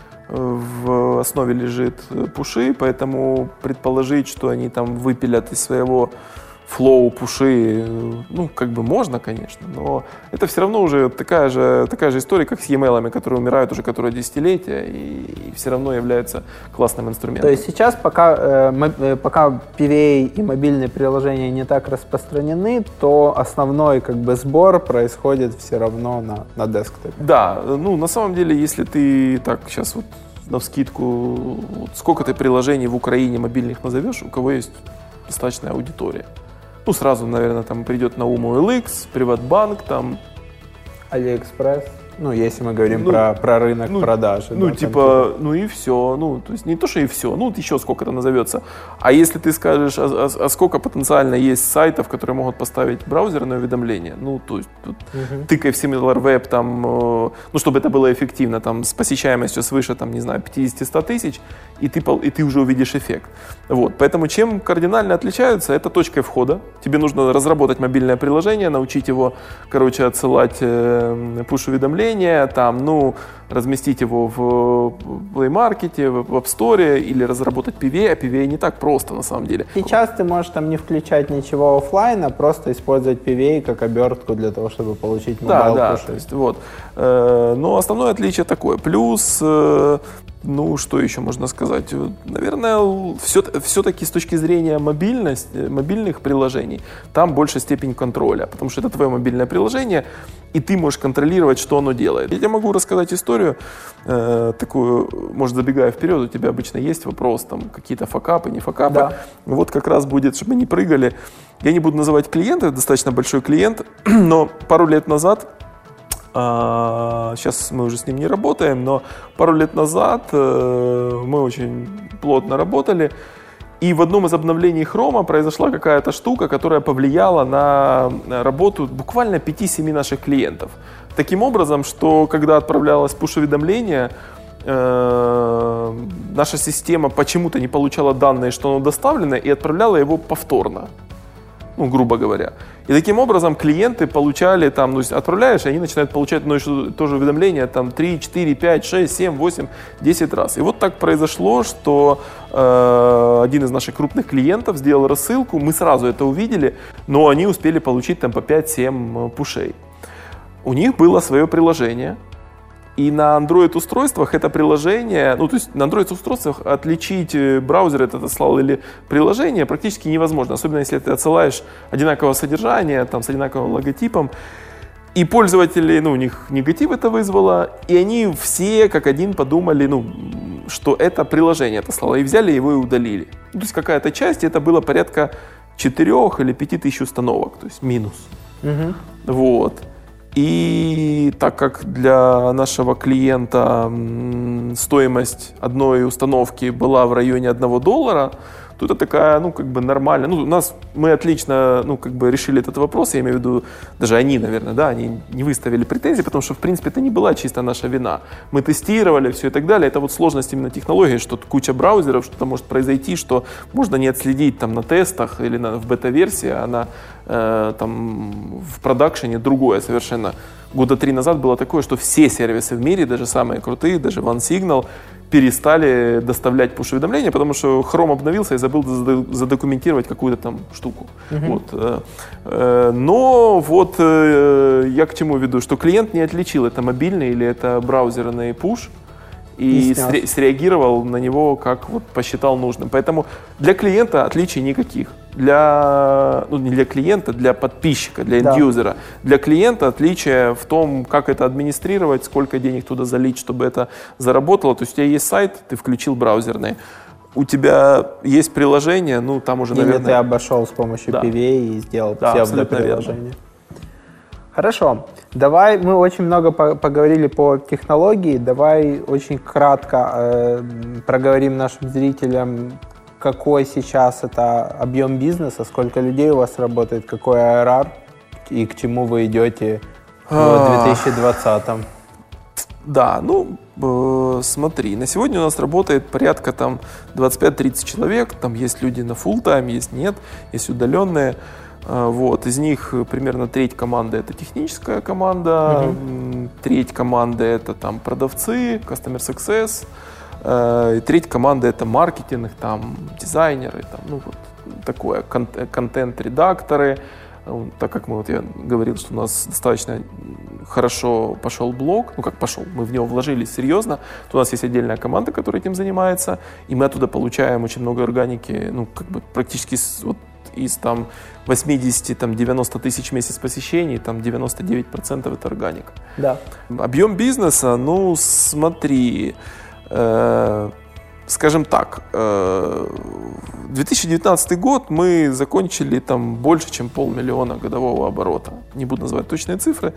В основе лежит пуши, поэтому предположить, что они там выпилят из своего флоу пуши, ну, как бы можно, конечно, но это все равно уже такая же история, как с e-mail'ами, которые умирают уже которое десятилетие и все равно являются классным инструментом. То есть сейчас, пока PVA и мобильные приложения не так распространены, то основной как бы сбор происходит все равно на десктопе. Да, ну, на самом деле, если ты так сейчас вот навскидку, вот сколько ты приложений в Украине мобильных назовешь, у кого есть достаточная аудитория? Ну, сразу, наверное, там придет на ум OLX, Приватбанк, там... AliExpress. Ну, если мы говорим про рынок продажи. Ну, да, типа, ну и все. Ну, то есть не то, что и все, ну, еще сколько-то назовется. А если ты скажешь, а сколько потенциально есть сайтов, которые могут поставить браузерное уведомление, ну, то есть тут тыкай в SimilarWeb, там, ну, чтобы это было эффективно, там, с посещаемостью свыше, там, не знаю, 50-100 тысяч, и ты уже увидишь эффект. Вот. Поэтому чем кардинально отличаются, это точкой входа. Тебе нужно разработать мобильное приложение, научить его, короче, отсылать пуш-уведомления, там, ну, разместить его в Play Market, в App Store или разработать PVA, а PVA не так просто на самом деле. Сейчас ты можешь там не включать ничего офлайн, а просто использовать PVA как обертку для того, чтобы получить мобайл пуши. Да, то есть вот. Но основное отличие такое. Плюс, ну, что еще можно сказать? Наверное, все-таки с точки зрения мобильных приложений, там большая степень контроля, потому что это твое мобильное приложение, и ты можешь контролировать, что оно делает. Я тебе могу рассказать историю такую, может, забегая вперед, у тебя обычно есть вопрос, там, какие-то факапы, не факапы. Да. Вот как раз будет, чтобы мы не прыгали. Я не буду называть клиента, это достаточно большой клиент, но пару лет назад, сейчас мы уже с ним не работаем, но пару лет назад мы очень плотно работали, и в одном из обновлений Chrome произошла какая-то штука, которая повлияла на работу буквально 5-7 наших клиентов. Таким образом, что когда отправлялось пуш-уведомление, наша система почему-то не получала данные, что оно доставлено, и отправляла его повторно. Ну, грубо говоря. И таким образом клиенты получали, там, ну, отправляешь, и они начинают получать то же уведомление там 3, 4, 5, 6, 7, 8, 10 раз. И вот так произошло, что один из наших крупных клиентов сделал рассылку, мы сразу это увидели, но они успели получить там по 5-7 пушей. У них было свое приложение, и на Android-устройствах это приложение, ну, то есть на Android-устройствах отличить браузер этот отслал или приложение практически невозможно, особенно если ты отсылаешь одинакового содержания, там, с одинаковым логотипом. И пользователи, ну, у них негатив это вызвало, и они все как один подумали, ну, что это приложение отослало, и взяли его и удалили. Ну, то есть какая-то часть, это было порядка 4 или 5 тысяч установок, то есть минус. Вот. И так как для нашего клиента стоимость одной установки была в районе $1, то это такая, ну, как бы нормальная. Ну, мы отлично, ну, как бы решили этот вопрос, я имею в виду, даже они, наверное, да, они не выставили претензий, потому что, в принципе, это не была чисто наша вина. Мы тестировали все и так далее. Это вот сложность именно технологии, что куча браузеров, что-то может произойти, что можно не отследить там на тестах или в бета-версии, а там в продакшене другое совершенно. Года 3 назад было такое, что все сервисы в мире, даже самые крутые, даже OneSignal, перестали доставлять пуш-уведомления, потому что Chrome обновился и забыл задокументировать какую-то там штуку. Вот. Но вот я к чему веду, что клиент не отличил, это мобильный или это браузерный пуш, и среагировал на него, как вот посчитал нужным. Поэтому для клиента отличий никаких. Не для клиента, для подписчика, для энд-юзера. Да. Для клиента отличие в том, как это администрировать, сколько денег туда залить, чтобы это заработало. То есть у тебя есть сайт, ты включил браузерный. У тебя есть приложение, ну там уже, наверное... Или ты обошел с помощью PVA и сделал псевдоприложение. Хорошо. Давай, мы очень много поговорили по технологии. Давай очень кратко проговорим нашим зрителям, какой сейчас это объем бизнеса, сколько людей у вас работает, какой ARR и к чему вы идете в 2020-м? Да, ну, смотри, на сегодня у нас работает порядка там 25-30 человек, там есть люди на full-time, есть нет, есть удаленные. Вот, из них примерно треть команды это техническая команда, треть команды это там продавцы, customer success, и треть команды это маркетинг, там дизайнеры, там, ну вот такое, контент-редакторы. Так как я говорил, что у нас достаточно хорошо пошел блог, ну как пошел, мы в него вложились серьезно, то у нас есть отдельная команда, которая этим занимается, и мы оттуда получаем очень много органики, ну как бы практически вот из там 80-90 тысяч в месяц посещений, там 99% это органика. Да. Объем бизнеса, ну смотри, скажем так, 2019 год мы закончили там больше, чем 500 000 годового оборота. Не буду называть точные цифры.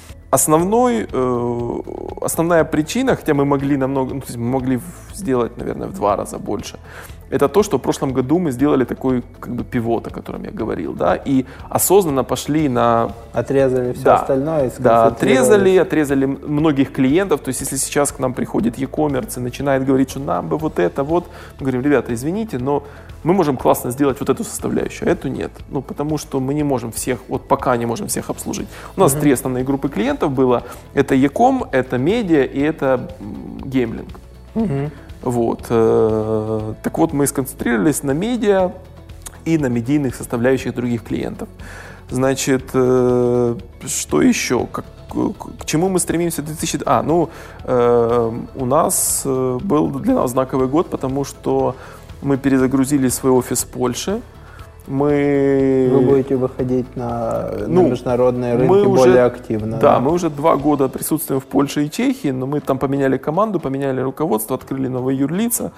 Основная причина, хотя мы могли мы могли сделать, наверное, в 2 раза больше, это то, что в прошлом году мы сделали такой как бы пивот, о котором я говорил, да, и осознанно пошли на... Отрезали все остальное и отрезали многих клиентов, то есть если сейчас к нам приходит e-commerce и начинает говорить, что нам бы вот это вот, мы говорим, ребята, извините, но мы можем классно сделать вот эту составляющую, а эту нет, ну, потому что мы не можем всех, вот пока не можем всех обслужить. У нас 3 основные группы клиентов было, это e-com, это медиа и это геймлинг. Вот. Так вот, мы сконцентрировались на медиа и на медийных составляющих других клиентов. Значит, что еще? К чему мы стремимся в 2000... у нас был для нас знаковый год, потому что мы перезагрузили свой офис в Польше. Вы будете выходить на международные рынки более активно. Да, мы уже 2 года присутствуем в Польше и Чехии, но мы там поменяли команду, поменяли руководство, открыли новые юрлица.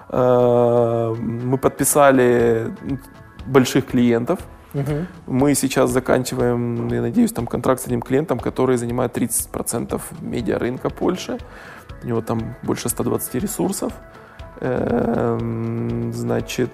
Мы подписали больших клиентов. Мы сейчас заканчиваем, я надеюсь, там контракт с одним клиентом, который занимает 30% медиарынка Польши. У него там больше 120 ресурсов. Значит,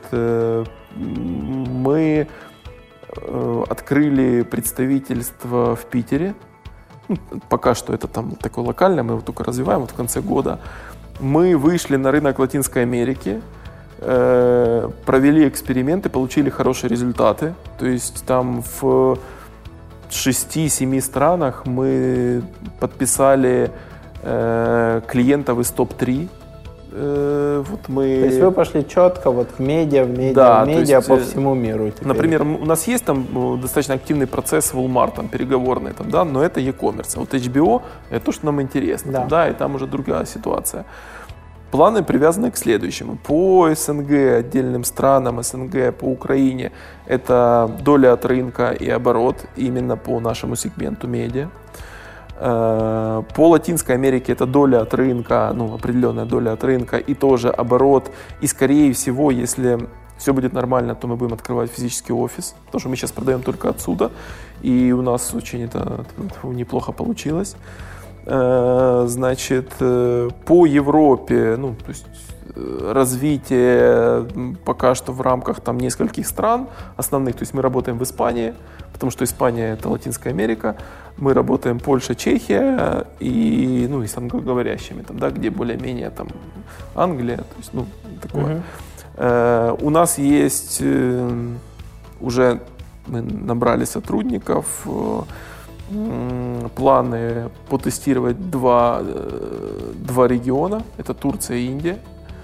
мы открыли представительство в Питере. Пока что это там такое локальное, мы его только развиваем вот в конце года. Мы вышли на рынок Латинской Америки, провели эксперименты, получили хорошие результаты. То есть там в 6-7 странах мы подписали клиентов из топ-3. То есть вы пошли четко в медиа по всему миру теперь. Например, у нас есть там достаточно активный процесс в Walmart, там, переговорный, там, да, но это e-commerce. А вот HBO – это то, что нам интересно, да. Там, да, и там уже другая ситуация. Планы привязаны к следующему. По СНГ, отдельным странам СНГ, по Украине – это доля от рынка и оборот именно по нашему сегменту медиа. По Латинской Америке это доля от рынка, определенная доля от рынка и тоже оборот. И скорее всего, если все будет нормально, то мы будем открывать физический офис, потому что мы сейчас продаем только отсюда, и у нас очень это неплохо получилось. Значит, по Европе, то есть развитие пока что в рамках там нескольких стран основных. То есть мы работаем в Испании, потому что Испания — это Латинская Америка. Мы работаем Польша, Чехия и, ну, и с англоговорящими, там, да, где более-менее там Англия, то есть, ну, такое. У нас есть уже, мы набрали сотрудников, планы потестировать два региона, это Турция и Индия.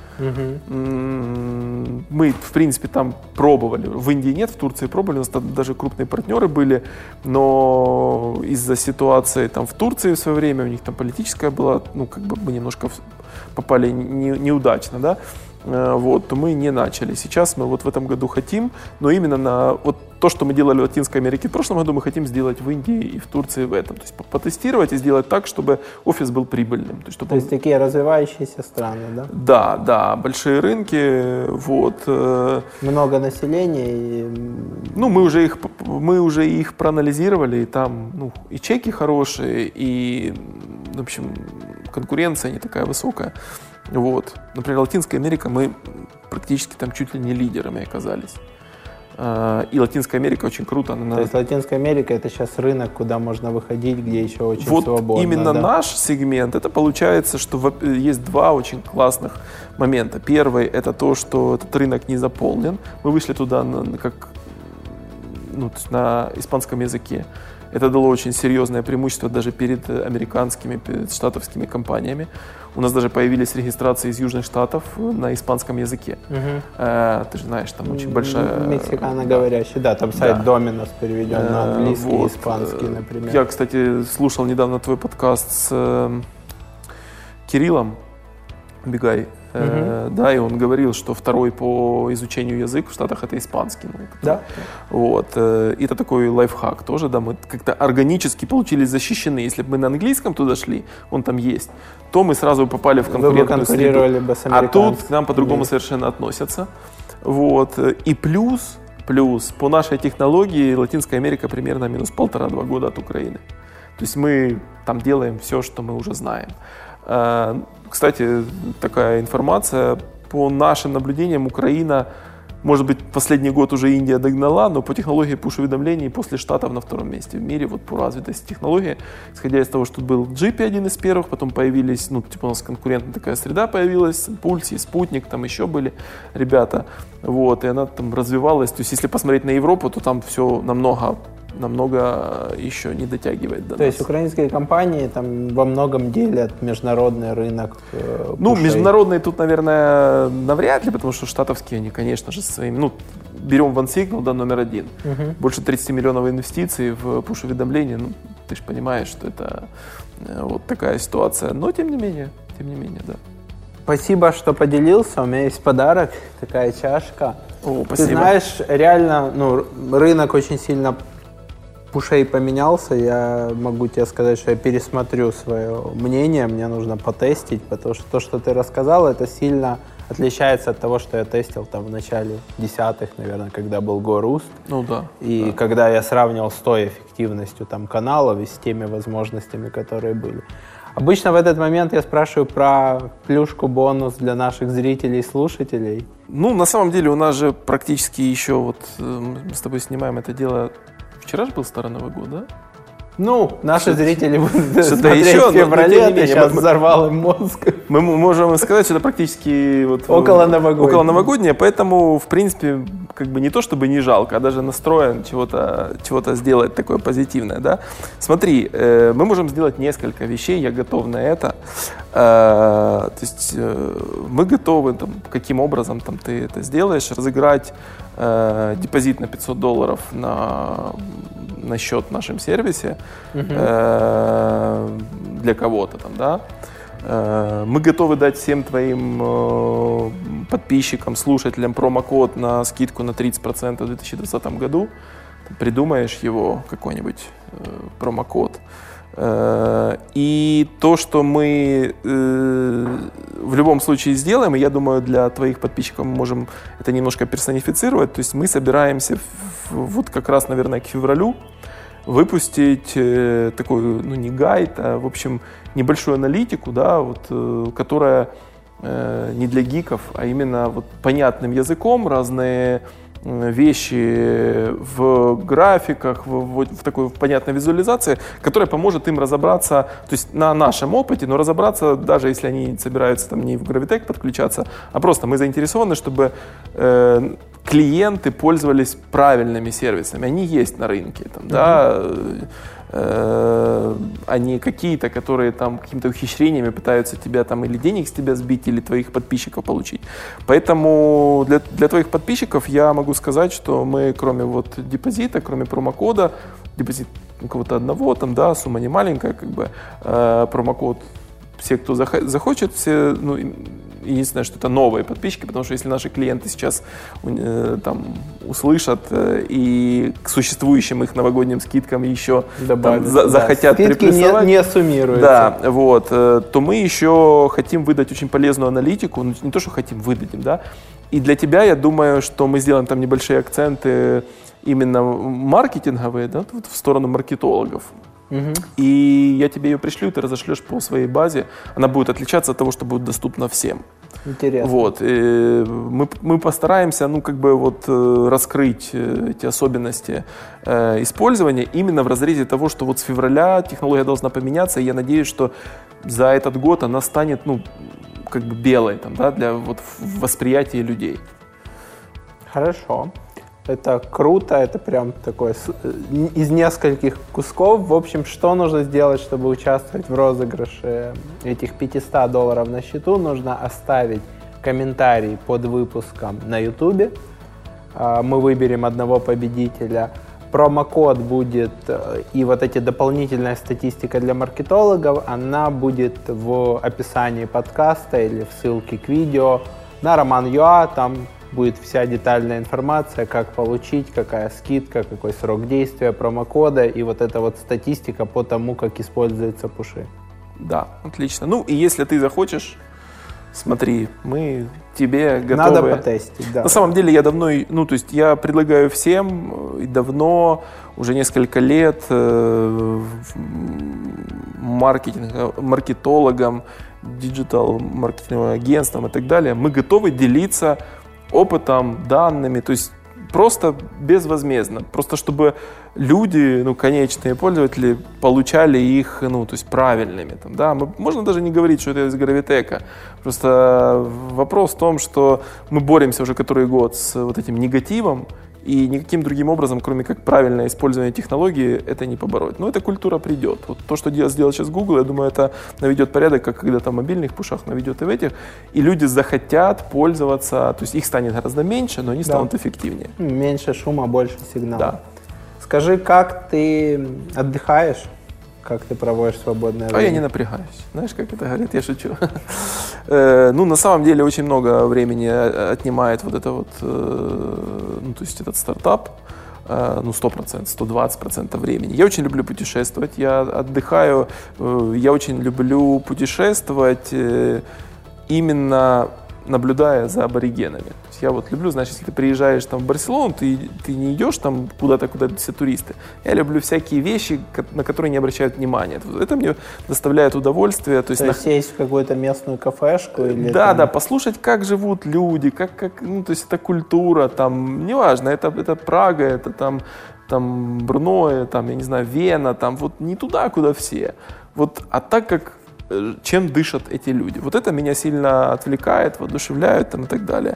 Мы, в принципе, там пробовали. В Индии нет, в Турции пробовали, у нас там даже крупные партнеры были, но из-за ситуации там в Турции в свое время, у них там политическая была, ну, как бы мы немножко попали неудачно, да, вот, то мы не начали. Сейчас мы вот в этом году хотим, но именно на вот то, что мы делали в Латинской Америке в прошлом году, мы хотим сделать в Индии и в Турции в этом. То есть потестировать и сделать так, чтобы офис был прибыльным. То есть такие развивающиеся страны, да? Да, да, большие рынки, вот. Много населения. Ну, мы уже их проанализировали, и там, ну, и чеки хорошие, и, в общем, конкуренция не такая высокая. Вот. Например, Латинская Америка, мы практически там чуть ли не лидерами оказались. И Латинская Америка очень круто. То есть Латинская Америка — это сейчас рынок, куда можно выходить, где еще очень свободно. Вот именно, да? Наш сегмент, это получается, что есть два очень классных момента. Первый — это то, что этот рынок не заполнен. Мы вышли туда на испанском языке. Это дало очень серьезное преимущество даже перед американскими, перед штатовскими компаниями. У нас даже появились регистрации из Южных Штатов на испанском языке. Ты же знаешь, там очень большая... Мексиканоговорящий, да, там сайт Dominos переведен на английский, вот. Испанский, например. Я, кстати, слушал недавно твой подкаст с Кириллом Бегай. Да, и он говорил, что второй по изучению язык в Штатах — это испанский. Ну, да. Вот. И это такой лайфхак тоже, да, мы как-то органически получились защищены. Если бы мы на английском туда шли, он там есть, то мы сразу попали в конкурентную среду. Бы с а тут к нам по-другому совершенно относятся. Вот. И плюс, по нашей технологии Латинская Америка примерно минус 1,5-2 года от Украины. То есть мы там делаем все, что мы уже знаем. Кстати, такая информация. По нашим наблюдениям, Украина, может быть, последний год уже Индия догнала, но по технологии пуш-уведомлений после Штатов на втором месте в мире, вот по развитости технологии. Исходя из того, что был Джипи один из первых, потом появились, ну, типа у нас конкурентная такая среда появилась, Пульс и Спутник, там еще были ребята, вот, и она там развивалась. То есть, если посмотреть на Европу, то там все намного еще не дотягивает до нас. То есть украинские компании там во многом делят международный рынок пушей? Ну, международные тут, наверное, навряд ли, потому что штатовские они, конечно же, своими... Ну, берем OneSignal, да, номер один. Больше 30 миллионов инвестиций в пуш-уведомления. Ну, ты же понимаешь, что это вот такая ситуация. Но, тем не менее, да. Спасибо, что поделился. У меня есть подарок, такая чашка. О, спасибо. Ты знаешь, реально, ну, рынок очень сильно пушей поменялся. Я могу тебе сказать, что я пересмотрю свое мнение. Мне нужно потестить, потому что то, что ты рассказал, это сильно отличается от того, что я тестил там в начале десятых, наверное, когда был GoRoost. Ну да. И когда я сравнивал с той эффективностью там каналов и с теми возможностями, которые были. Обычно в этот момент я спрашиваю про плюшку-бонус для наших зрителей и слушателей. Ну, на самом деле у нас же практически еще вот мы с тобой снимаем это дело. Вчера же был Старый Новый год, да? Ну, наши зрители будут смотреть в феврале, ты сейчас взорвал им мозг. Мы можем сказать, что это практически вот около новогоднее, поэтому, в принципе, как бы не то, чтобы не жалко, а даже настроен чего-то сделать такое позитивное, да. Смотри, мы можем сделать несколько вещей, я готов на это. То есть мы готовы, там, каким образом там, ты это сделаешь, разыграть депозит на $500 на счет в нашем сервисе для кого-то там, да. Мы готовы дать всем твоим подписчикам, слушателям промокод на скидку на 30% в 2020 году. Ты придумаешь его, какой-нибудь промокод. И то, что мы в любом случае сделаем, и я думаю, для твоих подписчиков мы можем это немножко персонифицировать, то есть мы собираемся вот как раз, наверное, к февралю выпустить такой, ну не гайд, а в общем небольшую аналитику, да, вот, которая не для гиков, а именно вот понятным языком, разные вещи в графиках, в такой понятной визуализации, которая поможет им разобраться, то есть на нашем опыте, но разобраться, даже если они собираются там не в Gravitech подключаться, а просто мы заинтересованы, чтобы клиенты пользовались правильными сервисами. Они есть на рынке, там, да, а не какие-то, которые там какими-то ухищрениями пытаются тебя там или денег с тебя сбить, или твоих подписчиков получить. Поэтому для твоих подписчиков я могу сказать, что мы кроме вот депозита, кроме промокода, депозит кого-то одного, там, да, сумма не маленькая, как бы, промокод, все, кто захочет, все, ну, единственное, что это новые подписчики, потому что если наши клиенты сейчас там услышат и к существующим их новогодним скидкам еще там, захотят приплюсовать, не суммируются. Да, вот, то мы еще хотим выдать очень полезную аналитику, ну, не то, что хотим, выдадим, да. И для тебя, я думаю, что мы сделаем там небольшие акценты именно маркетинговые, да, вот в сторону маркетологов. И я тебе ее пришлю, ты разошлешь по своей базе. Она будет отличаться от того, что будет доступно всем. Интересно. Вот. Мы постараемся, ну, как бы вот раскрыть эти особенности использования именно в разрезе того, что вот с февраля технология должна поменяться, и я надеюсь, что за этот год она станет, ну, как бы белой, там, да, для вот восприятия людей. Хорошо. Это круто, это прям такой из нескольких кусков. В общем, что нужно сделать, чтобы участвовать в розыгрыше этих $500 на счету? Нужно оставить комментарий под выпуском на YouTube. Мы выберем одного победителя. Промокод будет, и вот эти дополнительная статистика для маркетологов, она будет в описании подкаста или в ссылке к видео на Roman.ua. Там будет вся детальная информация, как получить, какая скидка, какой срок действия промокода и вот эта вот статистика по тому, как используются пуши. Да, отлично. Ну и если ты захочешь, смотри, мы тебе готовы. Надо потестить, да. На самом деле я давно, ну то есть я предлагаю всем и давно, уже несколько лет маркетологам, диджитал-маркетинговым агентствам и так далее, мы готовы делиться опытом, данными, то есть просто безвозмездно, просто чтобы люди, ну, конечные пользователи, получали их, ну, то есть правильными. Там, да? Можно даже не говорить, что это из Gravitech. Просто вопрос в том, что мы боремся уже который год с вот этим негативом, и никаким другим образом, кроме как правильное использование технологии, это не побороть. Но эта культура придет. Вот то, что сделал сейчас Google, я думаю, это наведет порядок, как когда-то в мобильных пушах наведет и в этих. И люди захотят пользоваться, то есть их станет гораздо меньше, но они станут эффективнее. Меньше шума, больше сигнала. Да. Скажи, как ты отдыхаешь? Как ты проводишь свободное время? А я не напрягаюсь. Знаешь, как это говорят? Я шучу. Ну, на самом деле, очень много времени отнимает вот это вот, ну, то есть этот стартап. Ну, 100%, 120% времени. Я очень люблю путешествовать, я отдыхаю, я очень люблю путешествовать именно наблюдая за аборигенами. То есть я вот люблю, значит, если ты приезжаешь там в Барселону, ты не идешь там куда-то, куда все туристы. Я люблю всякие вещи, на которые не обращают внимания. Это мне доставляет удовольствие. То есть сесть в какую-то местную кафешку? Или да, там... да, послушать, как живут люди, как, ну, то есть это культура, там, неважно, это Прага, это там Брно, там, я не знаю, Вена, там, вот не туда, куда все. Вот, а так как чем дышат эти люди. Вот это меня сильно отвлекает, воодушевляет там, и так далее.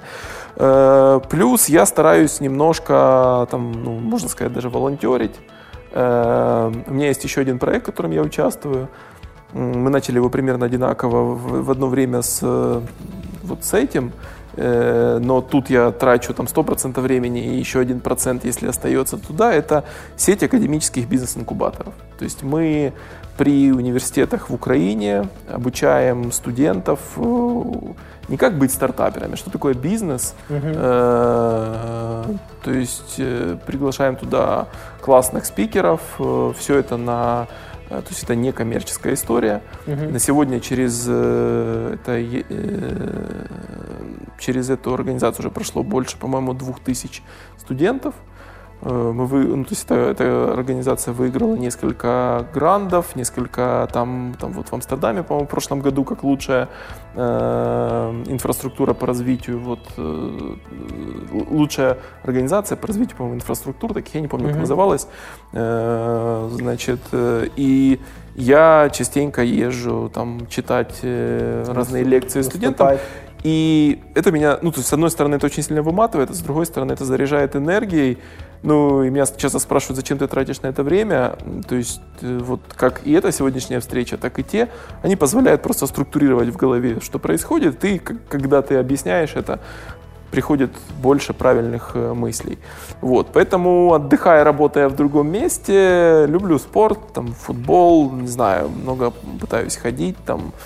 Плюс я стараюсь немножко, там, ну, можно сказать, даже волонтерить. У меня есть еще один проект, в котором я участвую. Мы начали его примерно одинаково в одно время вот с этим. Но тут я трачу там 100% времени и еще 1%, если остается туда, это сеть академических бизнес-инкубаторов. То есть мы при университетах в Украине обучаем студентов не как быть стартаперами, что такое бизнес. То есть приглашаем туда классных спикеров, все это то есть это не коммерческая история. На сегодня через эту организацию уже прошло больше, по-моему, 2000 студентов. То есть эта организация выиграла несколько грандов, несколько там вот в Амстердаме, по-моему, в прошлом году как лучшая инфраструктура по развитию, лучшая организация по развитию, по-моему, инфраструктур, таких я не помню, как называлась. Значит, и я частенько езжу там читать разные лекции студентам. И это меня, то есть, с одной стороны, это очень сильно выматывает, а с другой стороны, это заряжает энергией. И меня часто спрашивают, зачем ты тратишь на это время. То есть, вот как и эта сегодняшняя встреча, так и те, они позволяют просто структурировать в голове, что происходит. И когда ты объясняешь это, приходит больше правильных мыслей. Вот. Поэтому, отдыхая, работая в другом месте, люблю спорт, футбол, не знаю, много пытаюсь ходить,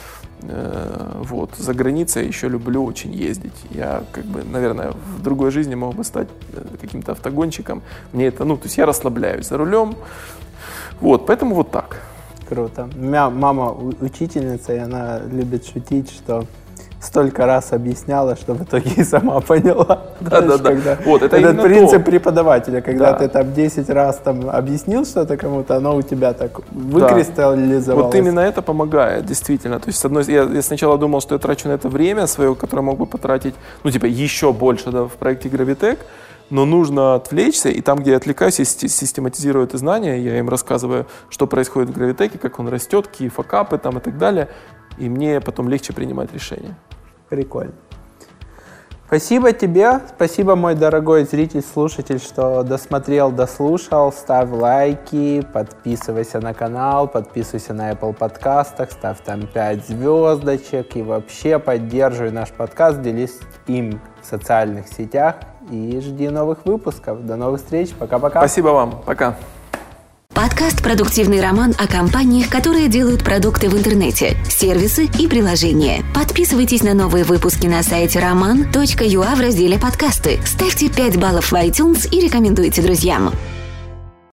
за границей еще люблю очень ездить. Я, наверное, в другой жизни мог бы стать каким-то автогонщиком. Мне это, то есть я расслабляюсь за рулем. Вот, поэтому вот так. Круто. У меня мама учительница, и она любит шутить, что столько раз объясняла, что в итоге и сама поняла. Да. Вот, это принцип преподавателя, когда ты 10 раз объяснил что-то кому-то, оно у тебя так выкристаллизовалось. Вот именно это помогает, действительно. То есть, я сначала думал, что я трачу на это время свое, которое мог бы потратить, еще больше в проекте Gravitech, но нужно отвлечься, и там, где я отвлекаюсь, я систематизирую это знание, я им рассказываю, что происходит в Gravitech, как он растет, какие факапы и так далее, и мне потом легче принимать решения. Прикольно. Спасибо тебе, спасибо, мой дорогой зритель, слушатель, что досмотрел, дослушал. Ставь лайки, подписывайся на канал, подписывайся на Apple подкастах, ставь там 5 звездочек и вообще поддерживай наш подкаст, делись им в социальных сетях и жди новых выпусков. До новых встреч, пока-пока. Спасибо вам, пока. Подкаст «Продуктивный роман» о компаниях, которые делают продукты в интернете, сервисы и приложения. Подписывайтесь на новые выпуски на сайте roman.ua в разделе «Подкасты». Ставьте 5 баллов в iTunes и рекомендуйте друзьям.